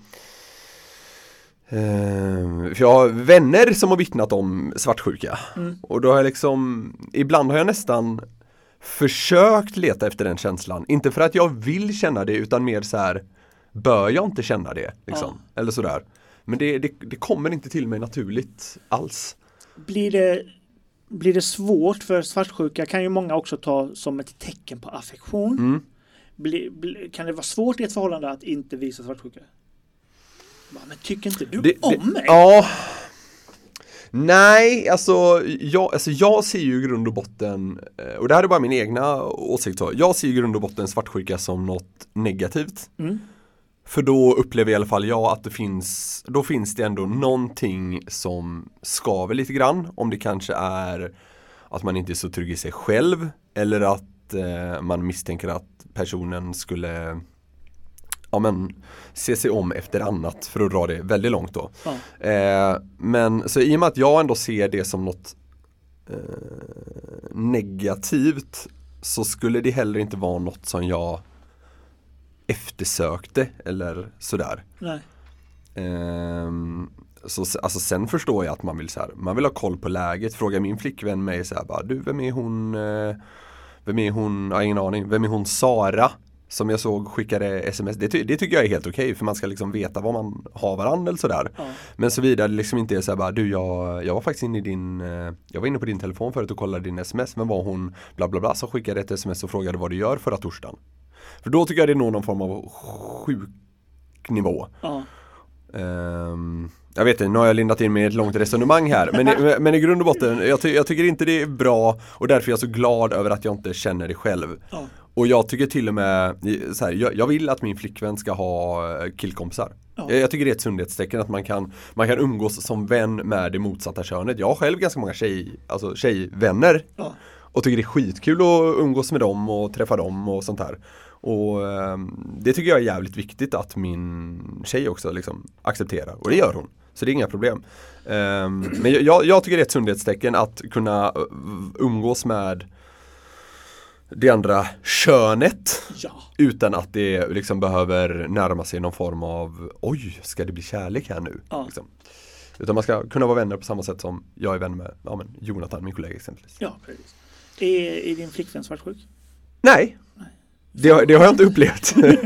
för jag har vänner som har vittnat om svartsjuka och då har jag liksom ibland har jag nästan försökt leta efter den känslan, inte för att jag vill känna det utan mer så här, bör jag inte känna det liksom, eller sådär, men det kommer inte till mig naturligt alls. Blir det svårt för svartsjuka kan ju många också ta som ett tecken på affektion. Kan det vara svårt i ett förhållande att inte visa svartsjuka? Men tycker inte du om mig? Ja. Nej, alltså jag ser ju i grund och botten, och det här är bara min egna åsikt så, jag ser i grund och botten svartsjuka som något negativt. För då upplever i alla fall jag att då finns det ändå någonting som skaver lite grann. Om det kanske är att man inte är så trygg i sig själv eller att man misstänker att personen skulle se sig om efter annat, för att dra det väldigt långt då. Men så i och med att jag ändå ser det som något negativt så skulle det heller inte vara något som jag eftersökte eller sådär. Nej. Så alltså sen förstår jag att man vill ha koll på läget. Fråga min flickvän mig så här bara, du vem är hon? Jag har ingen aning. Vem är hon Sara? som jag såg skickade sms. Det tycker jag är helt okej, för man ska liksom veta vad man har varandra eller sådär. Ja. Men så vidare liksom inte är så här bara, du jag var faktiskt inne i jag var inne på din telefon förut och kollade din sms, men var hon bla bla bla som skickade ett sms och frågade vad du gör förra torsdagen. För då tycker jag det är någon form av sjuk nivå. Ja. Jag vet inte, nu har jag lindat in med ett långt resonemang här. Men i grund och botten, jag tycker inte det är bra. Och därför är jag så glad över att jag inte känner det själv. Ja. Och jag tycker till och med så här, jag vill att min flickvän ska ha killkompisar. Ja. Jag tycker det är ett sundhetstecken att man kan umgås som vän med det motsatta könet. Jag har själv ganska många tjejvänner. Ja. Och tycker det är skitkul att umgås med dem och träffa dem och sånt här. Och det tycker jag är jävligt viktigt att min tjej också liksom accepterar. Och det gör hon. Så det är inga problem. Men jag tycker det är ett sundhetstecken att kunna umgås med det andra könet. Ja. Utan att det liksom behöver närma sig någon form av oj, ska det bli kärlek här nu? Ja. Liksom. Utan man ska kunna vara vänner på samma sätt som jag är vän med Jonathan, min kollega exempelvis. Ja, precis. Är din flickvän svartsjuk? Nej. Det har jag inte upplevt.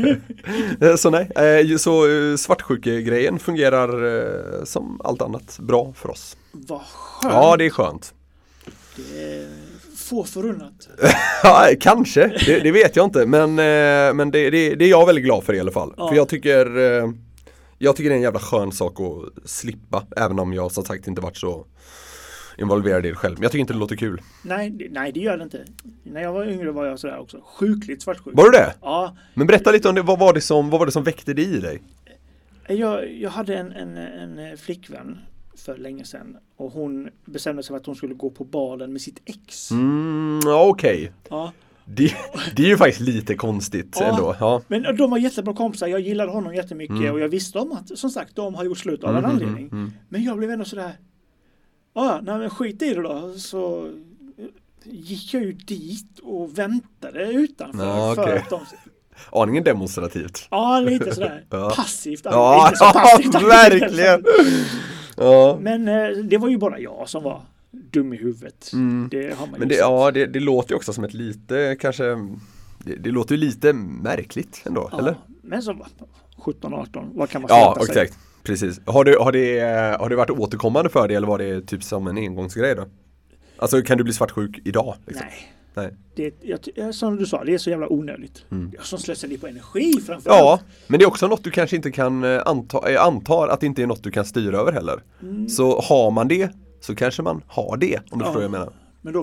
Så nej. Så svartsjuke-grejen fungerar som allt annat bra för oss. Vad skönt. Ja, det är skönt. Det är få förunnat. Ja, kanske. Det vet jag inte. Men det är jag väldigt glad för i alla fall. Ja. För jag tycker det är en jävla skön sak att slippa. Även om jag som sagt inte varit så involverad i det själv. Men jag tycker inte det låter kul. Nej, det gör det inte. När jag var yngre var jag sådär också. Sjukligt svartsjuk. Var du det? Ja. Men berätta lite om det. Vad var det som väckte det i dig? Jag hade en flickvän för länge sedan. Och hon bestämde sig för att hon skulle gå på balen med sitt ex. Okej. Ja. Det är ju faktiskt lite konstigt ändå. Ja. Men de var jättebra kompisar. Jag gillade honom jättemycket. Och jag visste om att, som sagt, de har gjort slut av en anledning. Men jag blev ändå sådär, men skit i det då. Så gick jag ju dit och väntade utanför. För att de... Aningen demonstrativt. Ja, lite sådär. Passivt. Inte så passivt. Verkligen. Ja. Men det var ju bara jag som var dum i huvudet. Det har man ju det låter ju också som ett lite, kanske, det låter ju lite märkligt ändå, eller? Men så 17-18, vad kan man säga? Ja, exakt. Precis. Har det varit återkommande för dig, eller var det typ som en engångsgrej då? Alltså, kan du bli svartsjuk idag? Liksom? Nej. Som du sa, det är så jävla onödigt. Jag som slösar det på energi framförallt. Ja, men det är också något du kanske inte kan antar att det inte är något du kan styra över heller. Så har man det, så kanske man har det, om du förstår vad jag menar. Men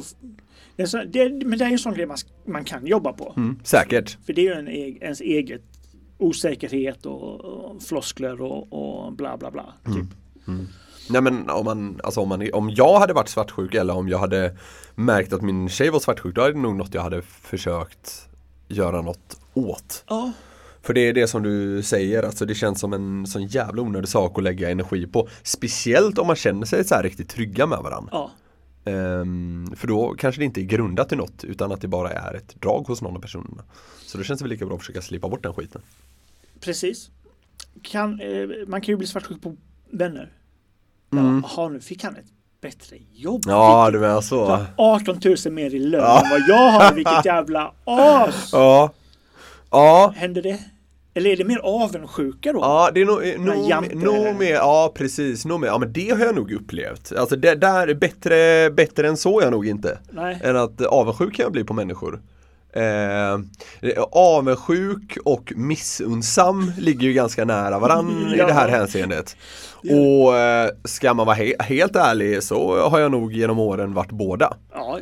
det är en sån grej man kan jobba på. Säkert. För det är ju ens eget osäkerhet och floskler och bla bla bla. Typ. Nej, men om jag hade varit svartsjuk, eller om jag hade märkt att min tjej var svartsjuk, då är det nog något jag hade försökt göra något åt. Ja. För det är det som du säger, alltså det känns som en sån jävla onödig sak att lägga energi på. Speciellt om man känner sig så här riktigt trygga med varandra. Ja. För då kanske det inte är grundat i något, utan att det bara är ett drag hos någon av personerna. Så då känns det väl lika bra att försöka slippa bort den skiten. Precis. Man kan ju bli svartsjuk på vänner. Nu fick han ett bättre jobb. Ja, du menar så. 18 000 mer i lön än vad jag har. Vilket jävla as. Ja. Händer det? Eller är det mer avundsjuka då? Ja, det är nog mer. Ja, precis. Nog mer. Ja, men det har jag nog upplevt. Alltså det där är bättre än så jag nog inte. Nej. Än att avundsjuk kan jag bli på människor. Avundsjuk och missunnsam ligger ju ganska nära varann i det här hänseendet. Och ska man vara helt ärlig, så har jag nog genom åren varit båda.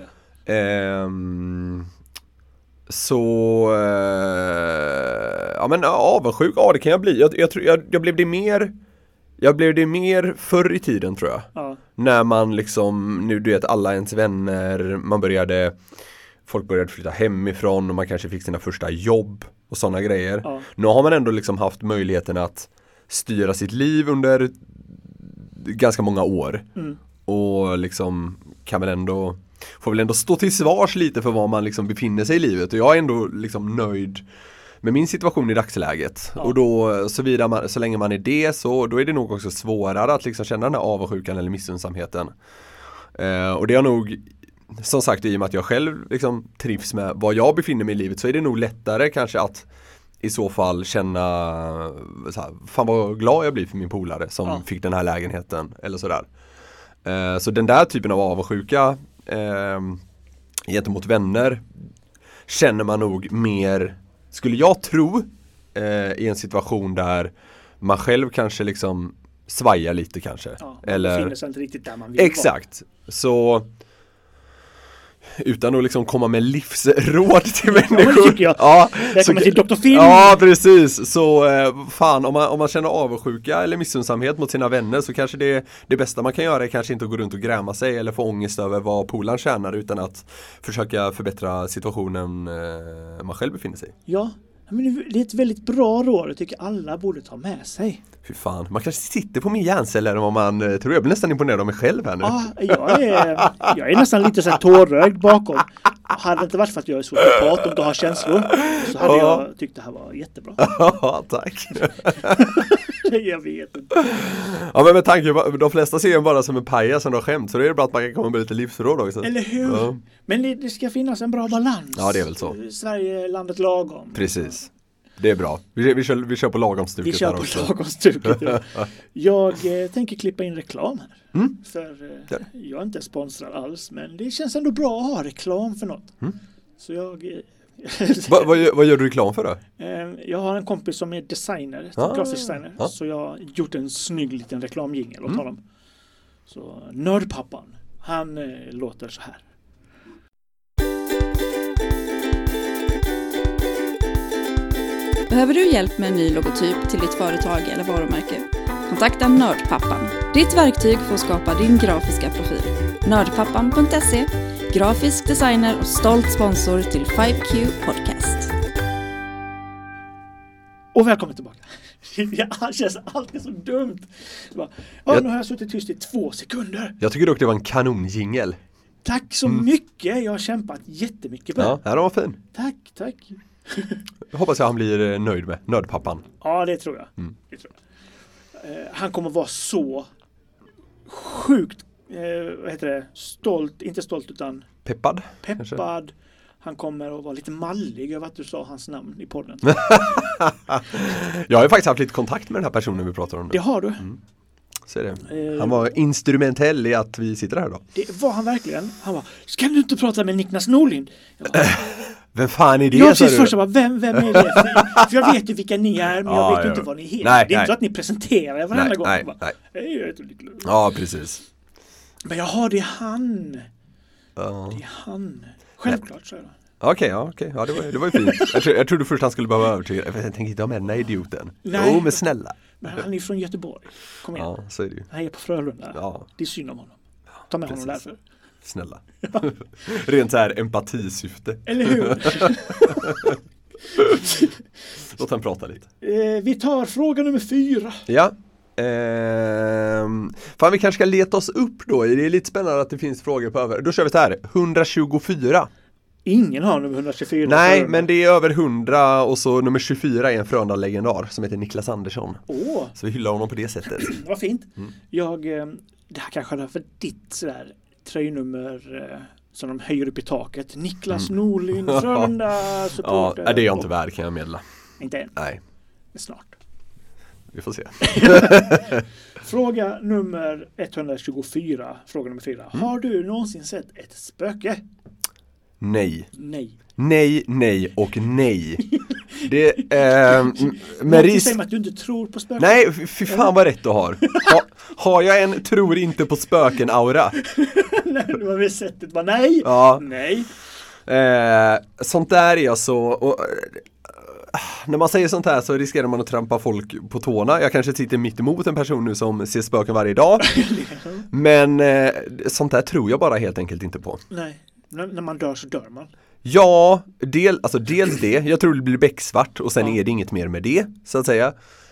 Men avundsjuk, det kan jag bli. Jag blev det mer förr i tiden, tror jag. När man liksom, nu du vet, alla ens vänner, folk började flytta hemifrån och man kanske fick sina första jobb och sådana grejer. Nu har man ändå liksom haft möjligheten att styra sitt liv under ganska många år. Och liksom får väl ändå stå till svars lite för var man liksom befinner sig i livet. Och jag är ändå liksom nöjd med min situation i dagsläget. Och då, så länge man är det, så då är det nog också svårare att liksom känna den här avundsjukan eller missunnsamheten. Och det har nog som sagt, i och med att jag själv liksom trivs med vad jag befinner mig i livet, så är det nog lättare kanske att i så fall känna så här, fan vad glad jag blir för min polare som fick den här lägenheten eller sådär. Så den där typen av avundsjuka gentemot vänner känner man nog mer, skulle jag tro, i en situation där man själv kanske liksom svajar lite kanske. Ja, eller befinner sig inte riktigt där man vill exakt. Vara. Så utan att liksom komma med livsråd till människor. Ja, välkommen till Dr. Phil. Ja, precis. Så fan, om man känner avundsjuka eller missunnsamhet mot sina vänner, så kanske det bästa man kan göra är kanske inte att gå runt och gräma sig eller få ångest över vad polaren tjänar, utan att försöka förbättra situationen man själv befinner sig i. Ja, men det är ett väldigt bra råd. Jag tycker alla borde ta med sig. Fy fan, man kanske sitter på min hjärnceller än vad man tror. Jag blir nästan imponerad av mig själv här nu. Ja, jag är nästan lite så här tårögd bakom. Hade det inte varit för att jag är sociopat och inte har känslor, så hade jag tyckt det här var jättebra. Ja, tack. Jag vet inte. Ja, men med tanke på, de flesta ser ju bara som en paja som har skämt, så det är bra att man kan komma med lite livsråd också. Eller hur? Ja. Men det ska finnas en bra balans. Ja, det är väl så. Sverige, landet lagom. Precis. Det är bra. Vi kör på lagomstuket. Vi kör på lagomstuket. Ja. Jag tänker klippa in reklam här. För jag är inte sponsrad alls, men det känns ändå bra att ha reklam för något. Så jag... vad gör du reklam för då? Jag har en kompis som är designer, grafisk designer. Så jag har gjort en snygg liten reklamjingel åt honom. Så Nördpappan, han låter så här. Behöver du hjälp med en ny logotyp till ditt företag eller varumärke? Kontakta Nördpappan, ditt verktyg för att skapa din grafiska profil. Nördpappan.se, grafisk designer och stolt sponsor till 5Q Podcast. Och välkommen tillbaka. Det känns alltid så dumt. Nu har jag suttit tyst i 2 sekunder. Jag tycker dock det var en kanonjingel. Tack så mycket. Jag har kämpat jättemycket på det. Ja, det var fin. Tack. Jag hoppas han blir nöjd med Nördpappan. Ja, det tror jag. Det tror jag. Han kommer vara så sjukt stolt, inte stolt utan peppad. Kanske. Han kommer att vara lite mallig över att du sa hans namn i podden. Jag har ju faktiskt haft lite kontakt med den här personen vi pratar om nu. Det har du. Så är det. Han var instrumentell i att vi sitter här då. Det var han verkligen. Han var, ska du inte prata med Niklas Norlind? Vem fan är det? Jag precis först bara, vem är det? För jag vet ju vilka ni är, men jag vet ju inte vad ni heter. Det är inte så att ni presenterar er varenda gång. Nej. Ja, precis. Men det är han. Det är han. Självklart så är det. Okej. Ja, det var ju fint. Jag trodde först han skulle behöva övertyga. Jag tänkte inte ha med den här idioten. Nej. Men snälla. Men han är från Göteborg. Kom igen. Ja, så är det ju. Han är på Frölunda. Ja. Det är synd om honom. Ta med honom därför. Snälla. Rent så här empatisyfte. Eller hur? Låt han prata lite. Vi tar fråga nummer 4. Ja. Fan, vi kanske ska leta oss upp då. Det är lite spännande att det finns frågor på över. Då kör vi så här. 124. Ingen har nummer 124. Nej, men det är över 100 och så nummer 24 är en Frölunda-legendar som heter Niklas Andersson. Så vi hyllar honom på det sättet. Vad fint. Det här kanske är för ditt sådär tröjnummer som de höjer upp i taket. Niklas Norlind, Frölunda supporter. Ja, det är jag inte värd, kan jag meddela. Inte än? Nej. Men snart. Vi får se. Fråga nummer 124. Fråga nummer 4. Har du någonsin sett ett spöke? Nej. Nej och nej. Det med risk... säger att du inte tror på spöken. Nej, fy fan vad rätt du har. Har jag en tror inte på spöken aura? Nej, det var väl sättet. Nej. Ja. Nej. Sånt där är jag så... Och, när man säger sånt här så riskerar man att trampa folk på tårna. Jag kanske sitter mitt emot en person nu som ser spöken varje dag. Men sånt där tror jag bara helt enkelt inte på. Nej. När man dör så dör man. Ja, dels det. Jag tror det blir becksvart och sen är det inget mer med det, så att säga.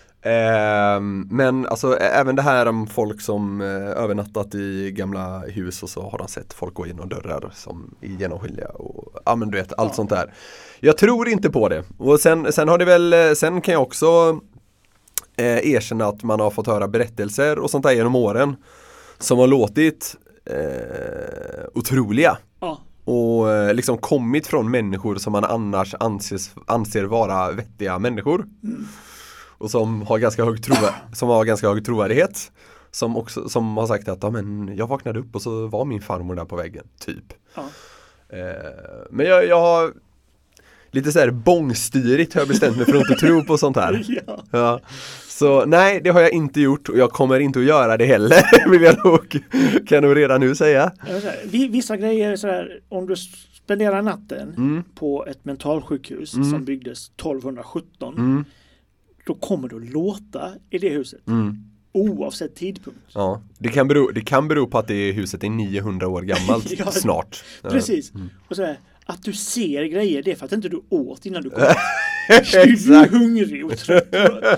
Men alltså även det här om folk som övernattat i gamla hus och så har de sett folk gå igenom dörrar som är genomskinliga och men du vet, allt sånt där. Jag tror inte på det. Och sen har det väl, sen kan jag också erkänna att man har fått höra berättelser och sånt där genom åren som har låtit otroliga. Ja. Och liksom kommit från människor som man annars anser vara vettiga människor. Och som har ganska hög trovärdighet. Som har sagt att jag vaknade upp och så var min farmor där på väggen, typ. Ja. Men jag har lite så här bångstyrigt har jag bestämt mig för att inte tro på sånt här. Ja. Ja. Så nej, det har jag inte gjort och jag kommer inte att göra det heller, kan jag nog redan nu säga. Vissa grejer är så här, om du spenderar natten på ett mentalsjukhus som byggdes 1217, då kommer du att låta i det huset. Oavsett tidpunkt. Ja, det kan bero på att det huset är 900 år gammalt snart. Precis. Och så här, att du ser grejer, det är för att inte du åt innan du kom. Du är hungrig och trött.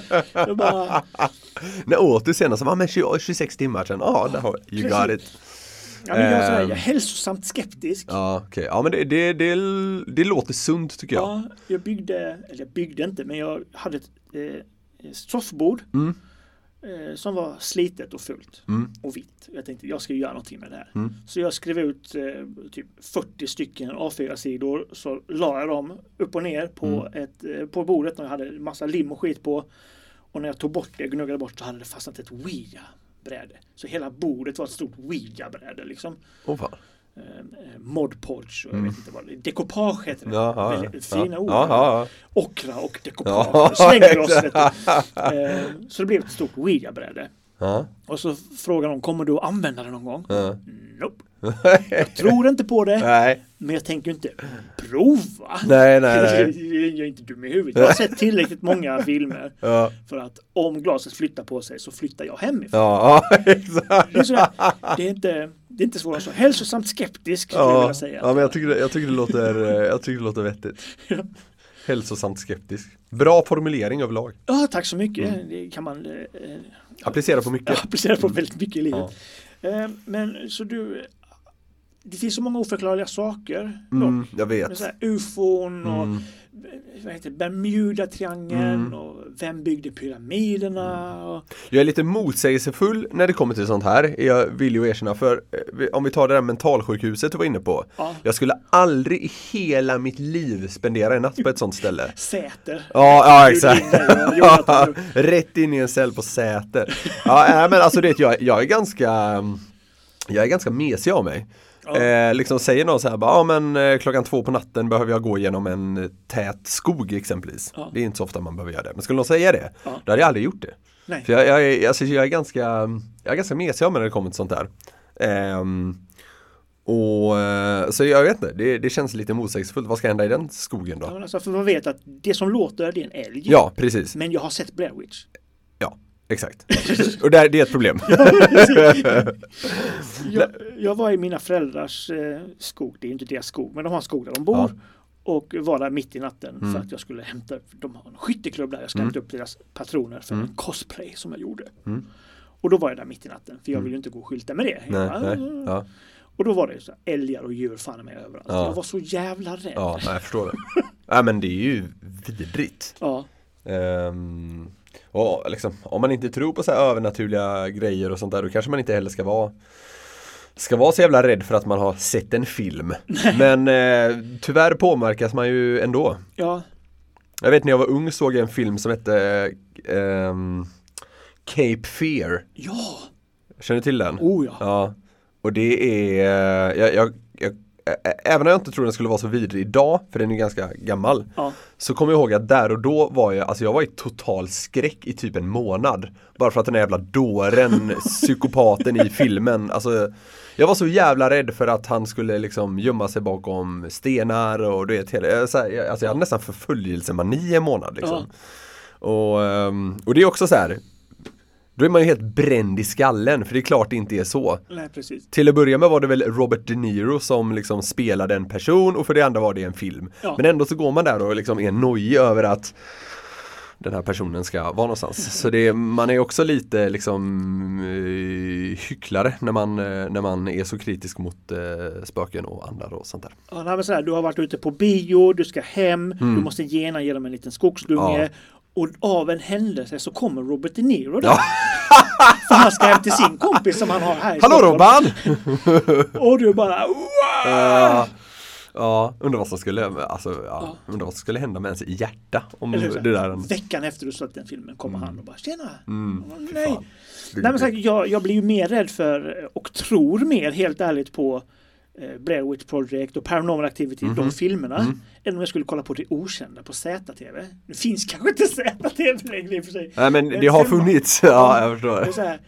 När åt du senast? Men 26 timmar sedan. Där har you got it. Ja, men jag är hälsosamt skeptisk. Ja, okej. Ja, men det låter sunt tycker jag. Ja, jag byggde inte, men jag hade ett soffbord som var slitet och fullt och vitt. Jag tänkte, jag ska göra någonting med det här. Så jag skrev ut typ 40 stycken A4-sidor, så la jag dem upp och ner på bordet när jag hade massa lim och skit på. Och när jag tog bort det, gnuggade bort, så hade det fastnat ett Ouija-bräde. Så hela bordet var ett stort Ouija-bräde liksom. Fan. Mod Podge och jag vet inte vad det är. Decoupage heter det. Väldigt fina ord. Okra och decoupage. Slänger oss. Så det blev ett stort Ouija-bräde. Och så frågar de, kommer du att använda det någon gång? Nope. Jag tror inte på det. Nej. Men jag tänker inte prova. Nej. Jag är inte dum i huvudet. Jag har sett tillräckligt många filmer för att om glaset flyttar på sig så flyttar jag hemifrån. Ja, exakt. Det är inte svårare så. Hälsosamt skeptisk skulle jag vilja säga. Ja, men jag tycker det låter vettigt. Hälsosamt skeptisk. Bra formulering överlag. Ja, tack så mycket. Det kan man applicera på mycket. Applicera på väldigt mycket i livet. Men så det finns så många oförklarliga saker. Jag vet. Med så här UFOn och vad heter Bermuda-triangeln och vem byggde pyramiderna. Jag är lite motsägelsefull när det kommer till sånt här. Jag vill ju erkänna, för om vi tar det där mentalsjukhuset du var inne på. Jag skulle aldrig i hela mitt liv spendera en natt på ett sånt ställe. Säter. Ja, exakt. Rätt in i en cell på Säter. Men alltså jag är ganska mesig av mig. Liksom säger någon så här, men klockan 2 på natten behöver jag gå igenom en tät skog exempelvis. Det är inte så ofta man behöver göra det. Men skulle någon säga det, då hade jag aldrig gjort det. Nej. För jag är ganska mesig av mig när det kommer till sånt där. Så jag vet inte, det känns lite motsägelsefullt. Vad ska hända i den skogen då? Ja, alltså, för man vet att det som låter, det är en älg. Ja, precis. Men jag har sett Blair Witch. Ja, exakt. Och det är ett problem. Jag var i mina föräldrars skog. Det är inte deras skog, men de har en skog där de bor. Och var där mitt i natten för att jag skulle hämta, de har en skytteklubb där, jag ska hämta upp deras patroner för en cosplay som jag gjorde. Och då var jag där mitt i natten, för jag ville inte gå och skylta med det. Nej. Och då var det så här, älgar och djur fan med överallt. Jag var så jävla rädd. Ja, jag förstår det. Nej, men det är ju vidrigt. Ja. Och liksom, om man inte tror på så här övernaturliga grejer och sånt där, då kanske man inte heller ska vara så jävla rädd för att man har sett en film. Men tyvärr påverkas man ju ändå. Ja. Jag vet när jag var ung såg jag en film som hette Cape Fear. Ja. Känner du till den? Ja. Och det är även om jag inte tror den skulle vara så vidrig idag, för den är ganska gammal, så kommer jag ihåg att där och då var jag var i total skräck i typ en månad. Bara för att den här jävla dåren, psykopaten i filmen, alltså jag var så jävla rädd för att han skulle liksom gömma sig bakom stenar och du vet, jag hade nästan förföljelsemani i en månad liksom. Och det är också så här. Då är man ju helt bränd i skallen, för det är klart det inte är så. Nej, precis. Till att börja med var det väl Robert De Niro som liksom spelade en person, och för det andra var det en film. Ja. Men ändå så går man där och liksom är nojig över att den här personen ska vara någonstans. Så man är också lite liksom hycklare när man är så kritisk mot spöken och andar och sånt där. Ja, men så här, du har varit ute på bio, du ska hem, du måste gena genom en liten skogsdunge. Och av en händelse så kommer Robert De Niro där. För han ska hem till sin kompis som han har här i Hallå Robban! Och du bara Ja, undrar vad som skulle hända med ens hjärta om det där. Veckan efter du såg den filmen kommer han och bara tjena. Nej. Nej, men jag blir ju mer rädd för och tror mer helt ärligt på Blair Witch Project och Paranormal Activity, de filmerna, än om jag skulle kolla på Det Okända på ZTV. Det finns kanske inte ZTV längre i och för sig. Nej, men det har funnits. Ja, jag förstår. Det är så här,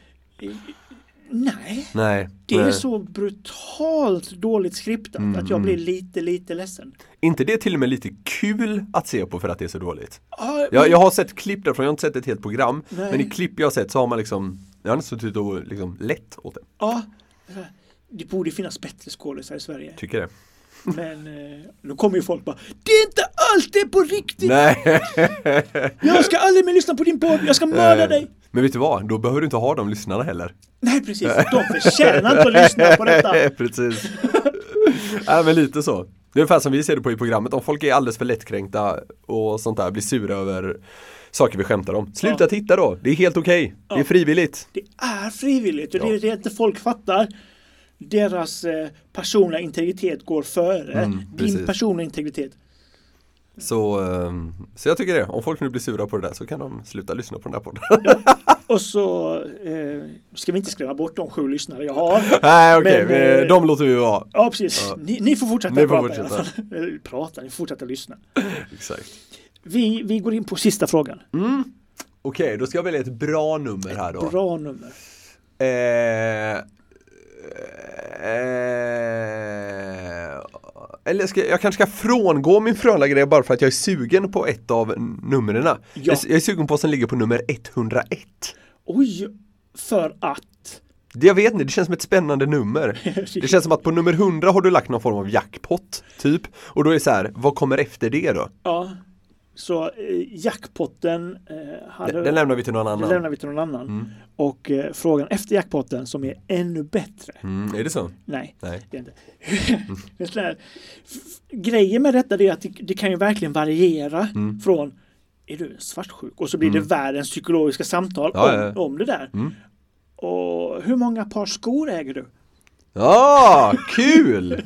nej. Det är så brutalt dåligt skriptat att jag blir lite ledsen. Inte det till och med lite kul att se på för att det är så dåligt? Jag har sett klipp därifrån, jag har inte sett ett helt program. Nej. Men i klipp jag har sett så har man liksom, jag har inte suttit och liksom lätt åt det. Ja, det borde finnas bättre skådespelare i Sverige. Tycker det. Men nu kommer ju folk bara, det är inte allt, det är på riktigt. Nej. Jag ska aldrig mer lyssna på din podd, jag ska mörda dig. Men vet du vad, då behöver du inte ha de lyssnarna heller. Nej, precis, de förtjänar inte att lyssna på detta. Precis. Nej, men lite så. Det är ungefär som vi ser det på i programmet. Om folk är alldeles för lättkränkta och sånt där, blir sura över saker vi skämtar om. Sluta titta då, det är helt okej. Det är frivilligt. Det är frivilligt och det är det inte folk fattar. Deras personliga integritet går före din personliga integritet. Så jag tycker det. Om folk nu blir sura på det där så kan de sluta lyssna på den här podden. Ja. Och så ska vi inte skrämma bort de 7 lyssnare jag har. Nej, okej. De låter vi vara. Ja, precis. Ja. Ni får fortsätta prata. Ni får fortsätta lyssna. Exakt. Vi går in på sista frågan. Okej, då ska jag välja ett bra nummer här då. Bra nummer. Eller jag kanske ska frångå min frölagrej bara för att jag är sugen på ett av numren. Ja. Jag är sugen på som ligger på nummer 101. Oj, för att? Jag vet inte, det känns som ett spännande nummer. Det känns som att på nummer 100 har du lagt någon form av jackpot, typ. Och då är det så här, vad kommer efter det då? Ja, så jackpotten den lämnar vi till någon annan. Och frågan efter jackpotten som är ännu bättre. Är det så? Nej. Det är inte. Det är grejen med detta är att det kan ju verkligen variera från är du svartsjuk? Och så blir det världens psykologiska samtal om det där. Och hur många par skor äger du? Ja, kul!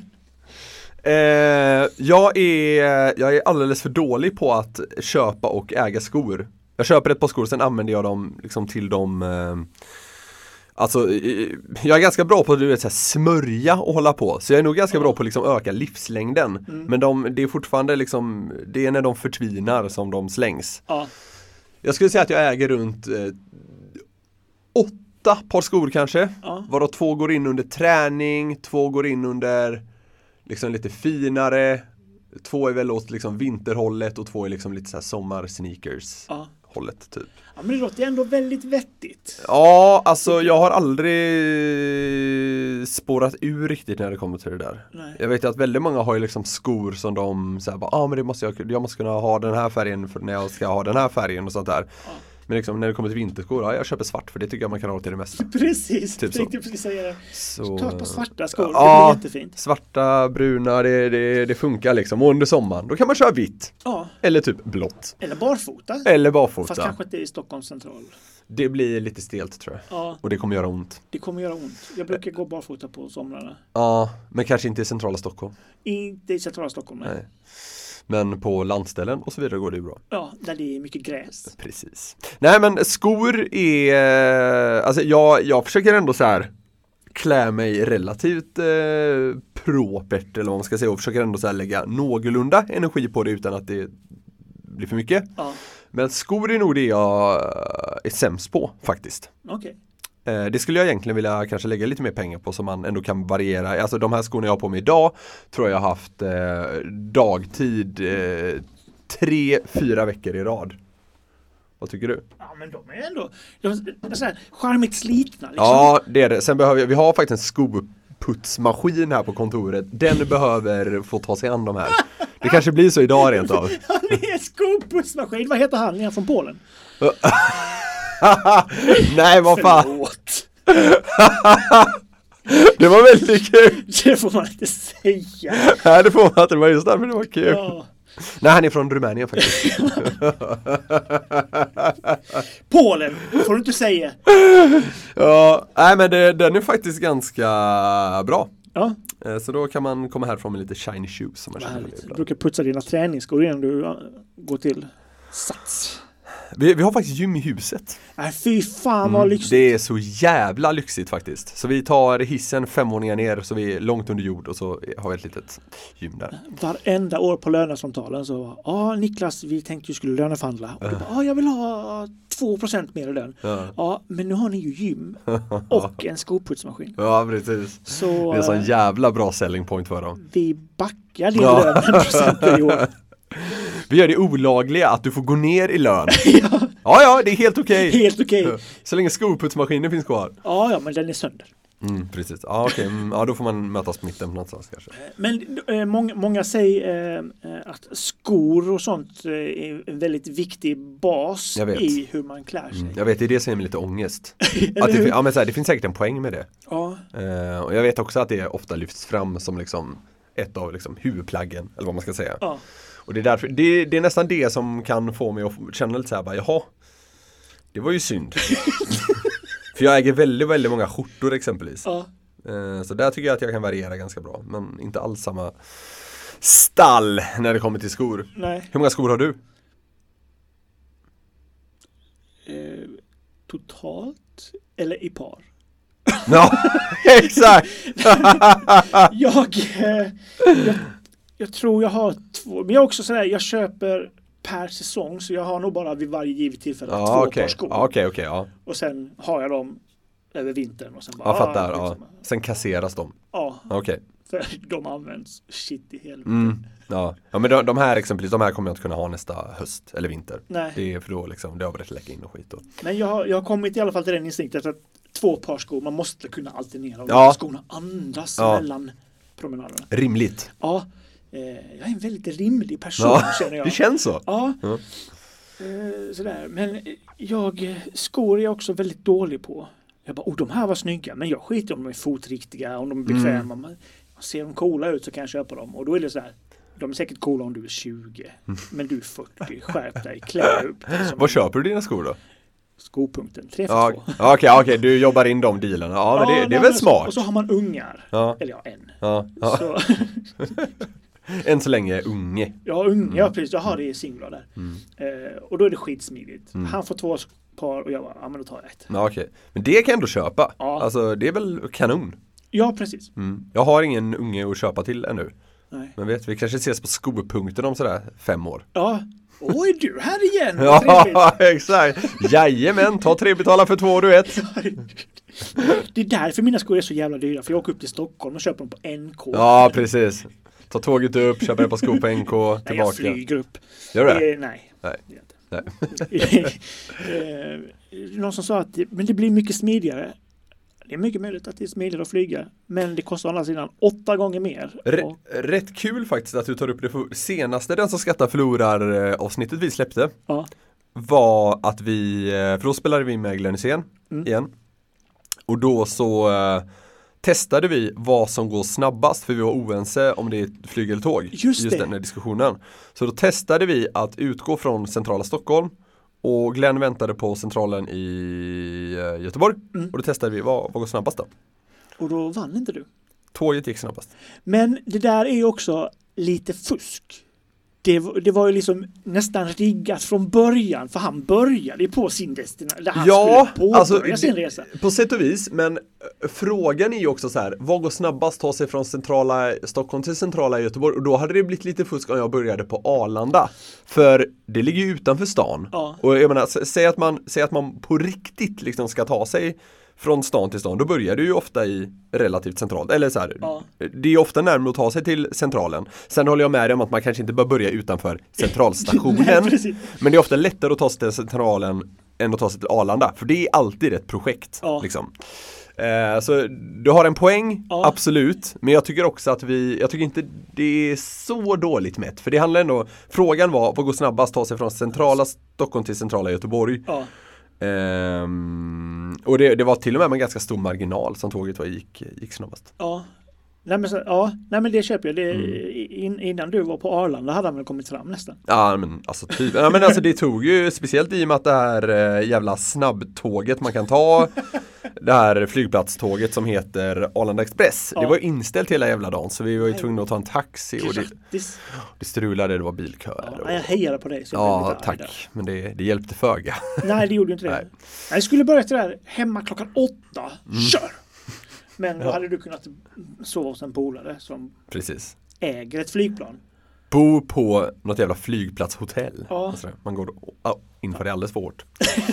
Jag är alldeles för dålig på att köpa och äga skor. Jag köper ett par skor, sen använder jag dem liksom till dem. Alltså, jag är ganska bra på att så här, smörja och hålla på. Så jag är nog ganska bra på att liksom, öka livslängden. Men det är fortfarande liksom, det är när de förtvinar som de slängs. Jag skulle säga att jag äger runt 8 par skor kanske. Varav 2 går in under träning, 2 går in under liksom lite finare, 2 är väl åt liksom vinterhållet och 2 är liksom lite så här sommarsneakers hållet typ. Ja, men det låter ändå väldigt vettigt. Ja, alltså jag har aldrig spårat ur riktigt när det kommer till det där. Nej. Jag vet att väldigt många har ju liksom skor som de säger bara, men jag måste kunna ha den här färgen för när jag ska ha den här färgen och sånt där. Men liksom, när det kommer till vinterskor, jag köper svart för det tycker jag man kan ha till det mesta. Precis, typ jag precis säga det. Så ta ett par svarta skor, det blir jättefint. Svarta, bruna, det funkar liksom. Och under sommaren, då kan man köra vitt. Eller typ blått. Eller barfota. Fast kanske inte i Stockholms central. Det blir lite stelt tror jag. Och det kommer göra ont. Jag brukar gå barfota på somrarna. Ja, men kanske inte i centrala Stockholm. Inte i centrala Stockholm, nej. Men på landställen och så vidare går det ju bra. Ja, där det är mycket gräs. Precis. Nej, men skor är... Alltså jag försöker ändå så här klä mig relativt propert eller vad man ska säga. Och försöker ändå så här lägga någorlunda energi på det utan att det blir för mycket. Men skor är nog det jag är sämst på faktiskt. Okej. Det skulle jag egentligen vilja kanske lägga lite mer pengar på så man ändå kan variera. Alltså de här skorna jag har på mig idag tror jag har haft dagtid 3-4 veckor i rad. Vad tycker du? Ja, men de är ändå så här charmigt slitna liksom. Ja, det är det. Sen behöver vi har faktiskt en skoputsmaskin här på kontoret. Den behöver få ta sig an de här. Det kanske blir så idag rent av. Ja, det är en skoputsmaskin. Vad heter han? Är han från Polen? Nej, vad fan. Förlåt. Det var väldigt kul. Det får man inte säga. Nej, det får man inte. Det var just därför det var kul. Nej, han är från Rumänien faktiskt. Polen, får du inte säga. Ja, nej men den är faktiskt ganska bra. Ja. Så då kan man komma härifrån med lite shiny shoes som man känner. Du brukar putsa dina träningsskor innan du går till Sats. Vi har faktiskt gym i huset. Nej, fy fan vad lyxigt. Det är så jävla lyxigt faktiskt. Så vi tar hissen 5 våningar ner, så vi är långt under jord, och så har vi ett litet gym där. Varenda år på lönesamtalen så Niklas, vi tänkte ju skulle löneförhandla. Och du bara, jag vill ha 2% mer i den. Ja, men nu har ni ju gym och en skoputsmaskin. Ja, precis. Så, det är en sån jävla bra selling point för dem. Vi backar din lön 1% i år. Vi gör det olagliga att du får gå ner i lön. Ja, det är helt okej. Helt okej. Så länge skoputsmaskinen finns kvar. Ja, men den är sönder. Precis. Ja, okej. Ja, då får man mötas på mitten någonstans kanske. Men många säger att skor och sånt är en väldigt viktig bas i hur man klär sig. Jag vet, det är det som är med lite ångest. Men det finns säkert en poäng med det. Ja. Och jag vet också att det ofta lyfts fram som liksom ett av liksom huvudplaggen, eller vad man ska säga. Ja. Och det är därför, det är nästan det som kan få mig att känna lite så här, bara, jaha, det var ju synd. För jag äger väldigt, väldigt många skjortor exempelvis. Ja. Så där tycker jag att jag kan variera ganska bra. Men inte alls samma stall när det kommer till skor. Nej. Hur många skor har du? Totalt eller i par? Ja, exakt. Jag tror jag har 2. Men jag är också sådär, jag köper per säsong, så jag har nog bara vid varje givet tillfälle 2 par skor. Okej. Och sen har jag dem över vintern och sen bara... Jag fattar, Sen kasseras de. Ja. Okej. För de används shit i helvete. Ja, men de här exempelvis, de här kommer jag inte kunna ha nästa höst eller vinter. Nej. Det är för då liksom, det har börjat läcka in och skit. Men jag har kommit i alla fall till den instinkten att 2 par skor, man måste kunna alternera. Skorna andas mellan promenaderna. Rimligt. Ja. Jag är en väldigt rimlig person, känner jag. Det känns så. Ja. Sådär. Men skor är jag också väldigt dålig på. Jag bara, de här var snygga. Men jag skiter om de är fotriktiga, om de är bekväma. Man ser de coola ut så kan jag köpa dem. Och då är det så här, de är säkert coola om du är 20. Men du är 40, skärp dig, klä upp. Vad köper du dina skor då? Skopunkten, 3 för 2. Okej, du jobbar in de dealarna. Ja, men det är väl smart. Och så har man ungar. Eller en. Så. Än så länge unge. Ja, precis. Jag har det i singlar där. Och då är det skitsmidigt. Han får 2 par och jag bara, men då tar jag 1. Okej. Men det kan jag ändå köpa. Alltså, det är väl kanon. Ja, precis. Jag har ingen unge att köpa till ännu. Nej. Men vi kanske ses på skopunkten om sådär 5 år. Ja. Oj, du här igen. Ja, exakt. Jajamän, ta 3 betalar för 2 du 1. Det är därför mina skor är så jävla dyra. För jag åker upp till Stockholm och köper dem på NK. Ja, precis. Ta tåget upp, köper ett par skor på NK, tillbaka. Nej, jag flyger upp. Gör det? Nej. Nej. Någon som sa att men det blir mycket smidigare. Det är mycket möjligt att det är smidigare att flyga. Men det kostar å andra sidan 8 gånger mer. Rätt kul faktiskt att du tar upp det. För senaste Den som skattar förlorar avsnittet vi släppte var att för då spelade vi med Glenn Hysén igen. Och då så testade vi vad som går snabbast, för vi var oense om det är flyg eller tåg. Just den här diskussionen. Så då testade vi att utgå från centrala Stockholm, och Glenn väntade på centralen i Göteborg. Och då testade vi vad går snabbast då. Och då vann inte du. Tåget gick snabbast. Men det där är ju också lite fusk. Det var ju liksom nästan riggat från början, för han började ju på sin destination. Ja, alltså sin resa. På sätt och vis, men frågan är ju också så här, vad går snabbast ta sig från centrala Stockholm till centrala Göteborg? Och då hade det blivit lite fusk om jag började på Arlanda. För det ligger ju utanför stan. Ja. Och jag menar, säg att man på riktigt liksom ska ta sig från stan till stan, då börjar du ju ofta i relativt centralt. Eller så här, det är ofta närmare att ta sig till centralen. Sen håller jag med dig om att man kanske inte bör börja utanför centralstationen. Nej, men det är ofta lättare att ta sig till centralen än att ta sig till Arlanda. För det är alltid ett projekt. Liksom. Så du har en poäng, absolut. Men jag tycker också att jag tycker inte det är så dåligt mätt. För det handlar ändå, frågan var, vad går snabbast ta sig från centrala Stockholm till centrala Göteborg? Och det var till och med en ganska stor marginal som tåget gick snabbast. Nej men det köper jag. innan du var på Arlanda hade han väl kommit fram nästan. Ja, men alltså typ. Ja, men alltså det tog ju speciellt i och med att det här jävla snabbtåget man kan ta, det här flygplatståget som heter Arlanda Express. Ja. Det var ju inställt hela jävla dagen, så vi var ju tvungna att ta en taxi och det strulade, det var bilköer. Ja, jag hejade på dig. Ja, tack. Men det hjälpte föga. Nej, det gjorde inte det. Nej. Jag skulle börja till det här hemma klockan 8. Kör! Men då hade du kunnat sova hos en polare som äger ett flygplan. Bo på något jävla flygplatshotell. Ja. Alltså, man går inför det alldeles för hårt.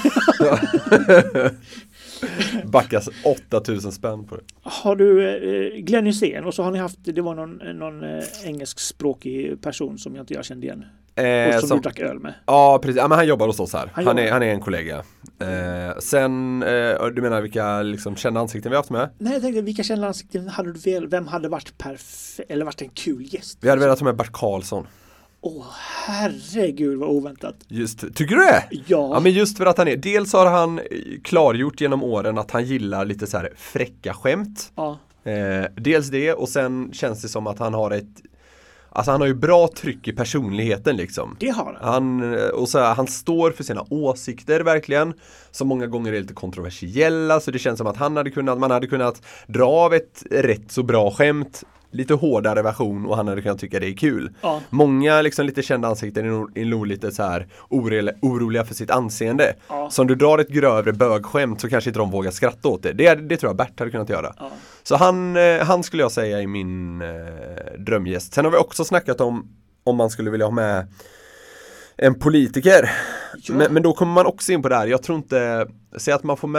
Backas 8000 spänn på det. Har du Glenn Hysén och så har ni haft, det var någon engelskspråkig person som jag inte kände igen. Och som du drack öl med. Ja, precis. Ja, men han jobbar hos oss här. Han är en kollega. Sen, du menar vilka liksom, kända ansikten vi har haft med? Nej, jag tänkte, vilka kända ansikten hade du väl? Vem hade varit eller varit en kul gäst? Vi hade velat ha med Bert Karlsson. Herregud vad oväntat. Just, tycker du det? Ja. Ja, men just för att han är, dels har han klargjort genom åren att han gillar lite så här fräcka skämt. Ja. Dels det, och sen känns det som att han har han har ju bra tryck i personligheten liksom. Det har han. Han står för sina åsikter verkligen, som många gånger är lite kontroversiella, så det känns som att man hade kunnat dra av ett rätt så bra skämt, lite hårdare version, och han hade kunnat tycka det är kul. Ja. Många liksom lite kända ansikten är nog lite så här oroliga för sitt anseende. Ja. Så om du drar ett grövre bögskämt så kanske inte de vågar skratta åt det. Det tror jag Bert hade kunnat göra. Ja. Så han skulle jag säga är min drömgäst. Sen har vi också snackat om man skulle vilja ha med en politiker. Ja. Men då kommer man också in på det här. Jag tror inte, säg att man får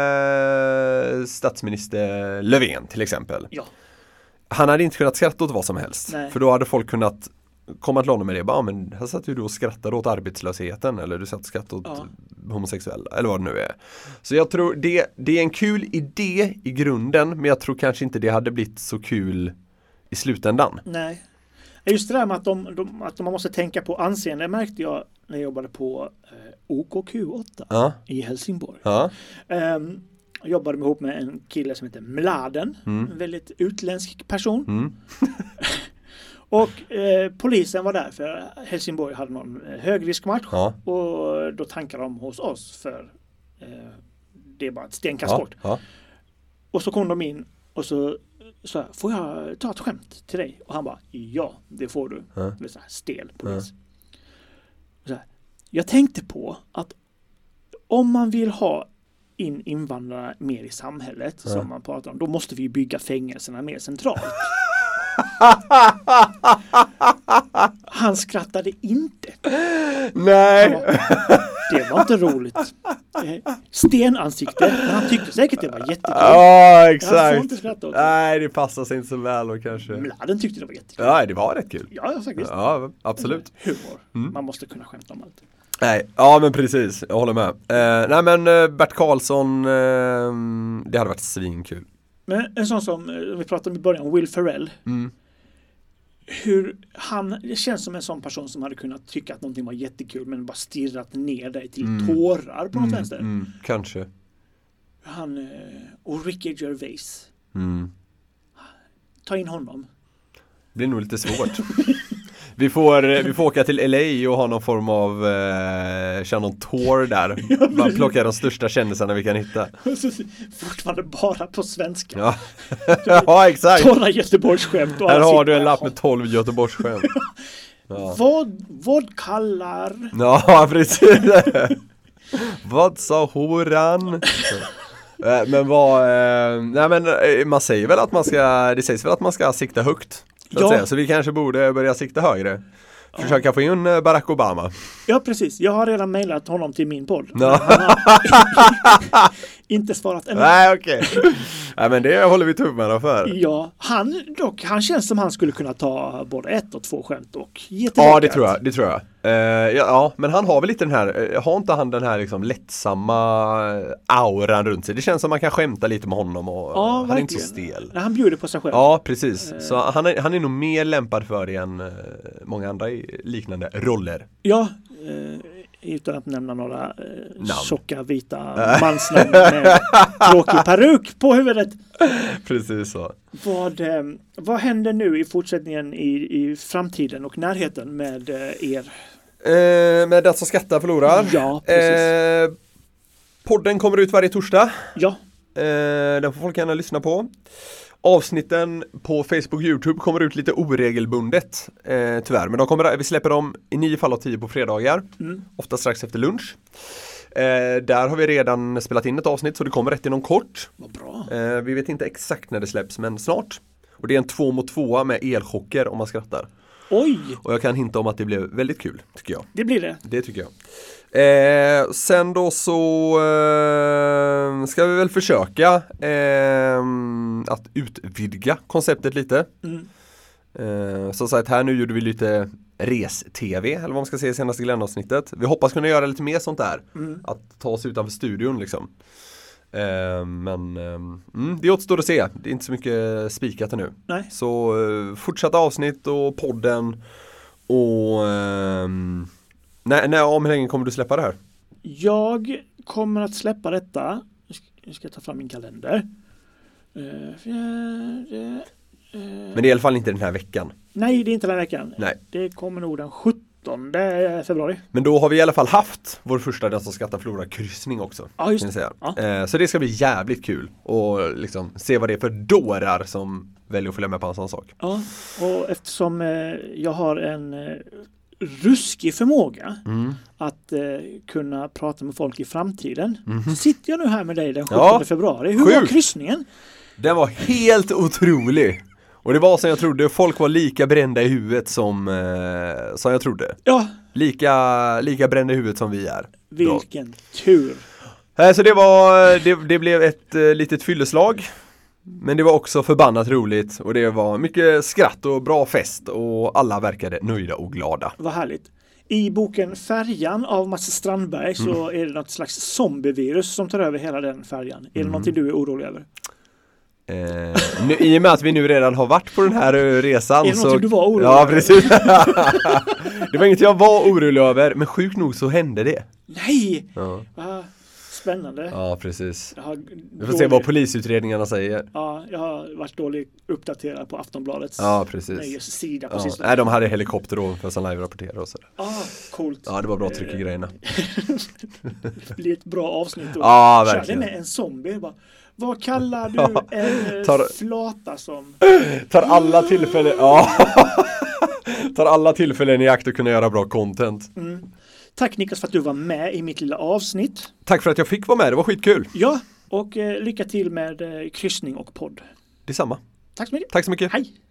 med statsminister Löfven till exempel. Ja. Han hade inte kunnat skratta åt vad som helst. Nej. För då hade folk kunnat komma till honom med det. Men här satt ju du och skrattade åt arbetslösheten. Eller du satt och skrattade åt homosexuella. Eller vad det nu är. Så jag tror det är en kul idé i grunden. Men jag tror kanske inte det hade blivit så kul i slutändan. Nej. Just det där med att man måste tänka på anseende. Det märkte jag när jag jobbade på OKQ8 i Helsingborg. Ja. Jag jobbade ihop med en kille som heter Mladen. En väldigt utländsk person. Och polisen var där för Helsingborg hade någon högriskmatch. Ja. Och då tankade de hos oss för det är bara ett stenkast bort. Ja. Och så kom de in och så sa, får jag ta ett skämt till dig? Och han bara, ja, det får du. Ja. Det är så här stel polis. Ja. Så här, jag tänkte på att om man vill ha in invandrarna mer i samhället som man pratar om, då måste vi bygga fängelserna mer centralt. Han skrattade inte. Nej. Det var inte roligt. Stenansikte, men han tyckte säkert det var jättekul. Ja, exakt. Nej, det passar sig inte så väl och kanske. Mladen tyckte det var jättekul. Ja, det var rätt kul. Ja, faktiskt. Ja, absolut. Humor. Man måste kunna skämta om allt. Nej, ja men precis, jag håller med. Nej men Bert Karlsson, det hade varit svinkul. Men en sån som vi pratade om i början, Will Ferrell. Hur det känns som en sån person som hade kunnat tycka att någonting var jättekul men bara stirrat ner dig till tårar på något vänster. Kanske. Och Ricky Gervais. Ta in honom. Det blir nog lite svårt. Vi får åka till LA och ha någon form av köra någon tour där. Man plockar de största kändisarna vi kan hitta. Fortfarande bara på svenska. Ja, ja exakt. Torra Göteborgsskämt. Här har du en lapp med 12 Göteborgsskämt. Ja. Vad kallar? Ja, precis. Vad sa horan? Men man säger väl att det sägs väl att man ska sikta högt. Så vi kanske borde börja sikta högre. Försöka få in Barack Obama. Ja, precis. Jag har redan mejlat honom till min podd. No. Han har inte svarat ännu. Nej, okej. Nej, men det håller vi tummarna för. Ja, han känns som han skulle kunna ta både 1 och 2 skämt och ge tillbaka. Ja, det tror jag. Ja, men han har väl lite den här, har inte han den här liksom lättsamma auran runt sig? Det känns som man kan skämta lite med honom och han är inte så stel. Han bjuder på sig själv. Ja, precis. Så han är nog mer lämpad för det än många andra i liknande roller. Ja, utan att nämna några tjocka vita mansnamn med tråkig peruk på huvudet. Precis så. Vad händer nu i fortsättningen i framtiden och närheten med er? Med Den som skrattar förlorar. Ja, precis. Podden kommer ut varje torsdag. Ja. Den får folk gärna lyssna på. Avsnitten på Facebook och YouTube kommer ut lite oregelbundet tyvärr, men vi släpper dem i 9 fall av 10 på fredagar, ofta strax efter lunch. Där har vi redan spelat in ett avsnitt, så det kommer rätt inom kort. Vad bra. Vi vet inte exakt när det släpps, men snart. Och det är en 2 mot 2 med elchocker om man skrattar. Oj! Och jag kan hinta om att det blev väldigt kul, tycker jag. Det blir det. Det tycker jag. Sen då så ska vi väl försöka att utvidga konceptet lite. Så sagt, här nu gjorde vi lite res-tv, eller vad man ska säga i senaste Glenn-avsnittet. Vi hoppas kunna göra lite mer sånt där. Att ta oss utanför studion liksom. Men det återstår att se. Det är inte så mycket spikat nu. Nej. Så fortsatta avsnitt och podden och när länge kommer du släppa det här? Jag kommer att släppa detta. Jag ska ta fram min kalender. Men det är i alla fall inte den här veckan. Nej, det är inte den här veckan. Nej. Det kommer nog den 17 februari. Men då har vi i alla fall haft vår första Den som skrattar förlorar kryssning också. Ja, just kan säga. Ja. Så det ska bli jävligt kul. Och liksom se vad det är för dårar som väljer att följa med på en sån sak. Ja, och eftersom jag har en ruskig förmåga att kunna prata med folk i framtiden, så sitter jag nu här med dig den 17 februari. Hur var kryssningen? Den var helt otrolig. Och det var som jag trodde, folk var lika brända i huvudet som jag trodde. Ja. Lika brända i huvudet som vi är. Vilken tur. Så det blev ett litet fylleslag. Men det var också förbannat roligt. Och det var mycket skratt och bra fest. Och alla verkade nöjda och glada. Vad härligt. I boken Färjan av Mats Strandberg så är det något slags zombievirus som tar över hela den färjan. Är det någonting du är orolig över? I och med att vi nu redan har varit på den här resan. Är det någonting du var orolig över? Ja, precis. Det var inget jag var orolig över. Men sjukt nog så hände det. Nej! Ja. Spännande. Ja, precis. Vi får se vad polisutredningarna säger. Ja, jag har varit dåligt uppdaterad på Aftonbladets sida på sistone. Nej, de hade helikopter ovanför som live-rapporterar och sådär. Coolt. Ja, det var bra tryck i grejerna. Det blir ett bra avsnitt då. Ja, verkligen. Körde med en zombie. Vad kallar du en flata som? Tar alla tillfällen i akt att kunna göra bra content. Tack Niklas för att du var med i mitt lilla avsnitt. Tack för att jag fick vara med, det var skitkul. Ja, och lycka till med kryssning och podd. Detsamma. Tack så mycket. Tack så mycket. Hej.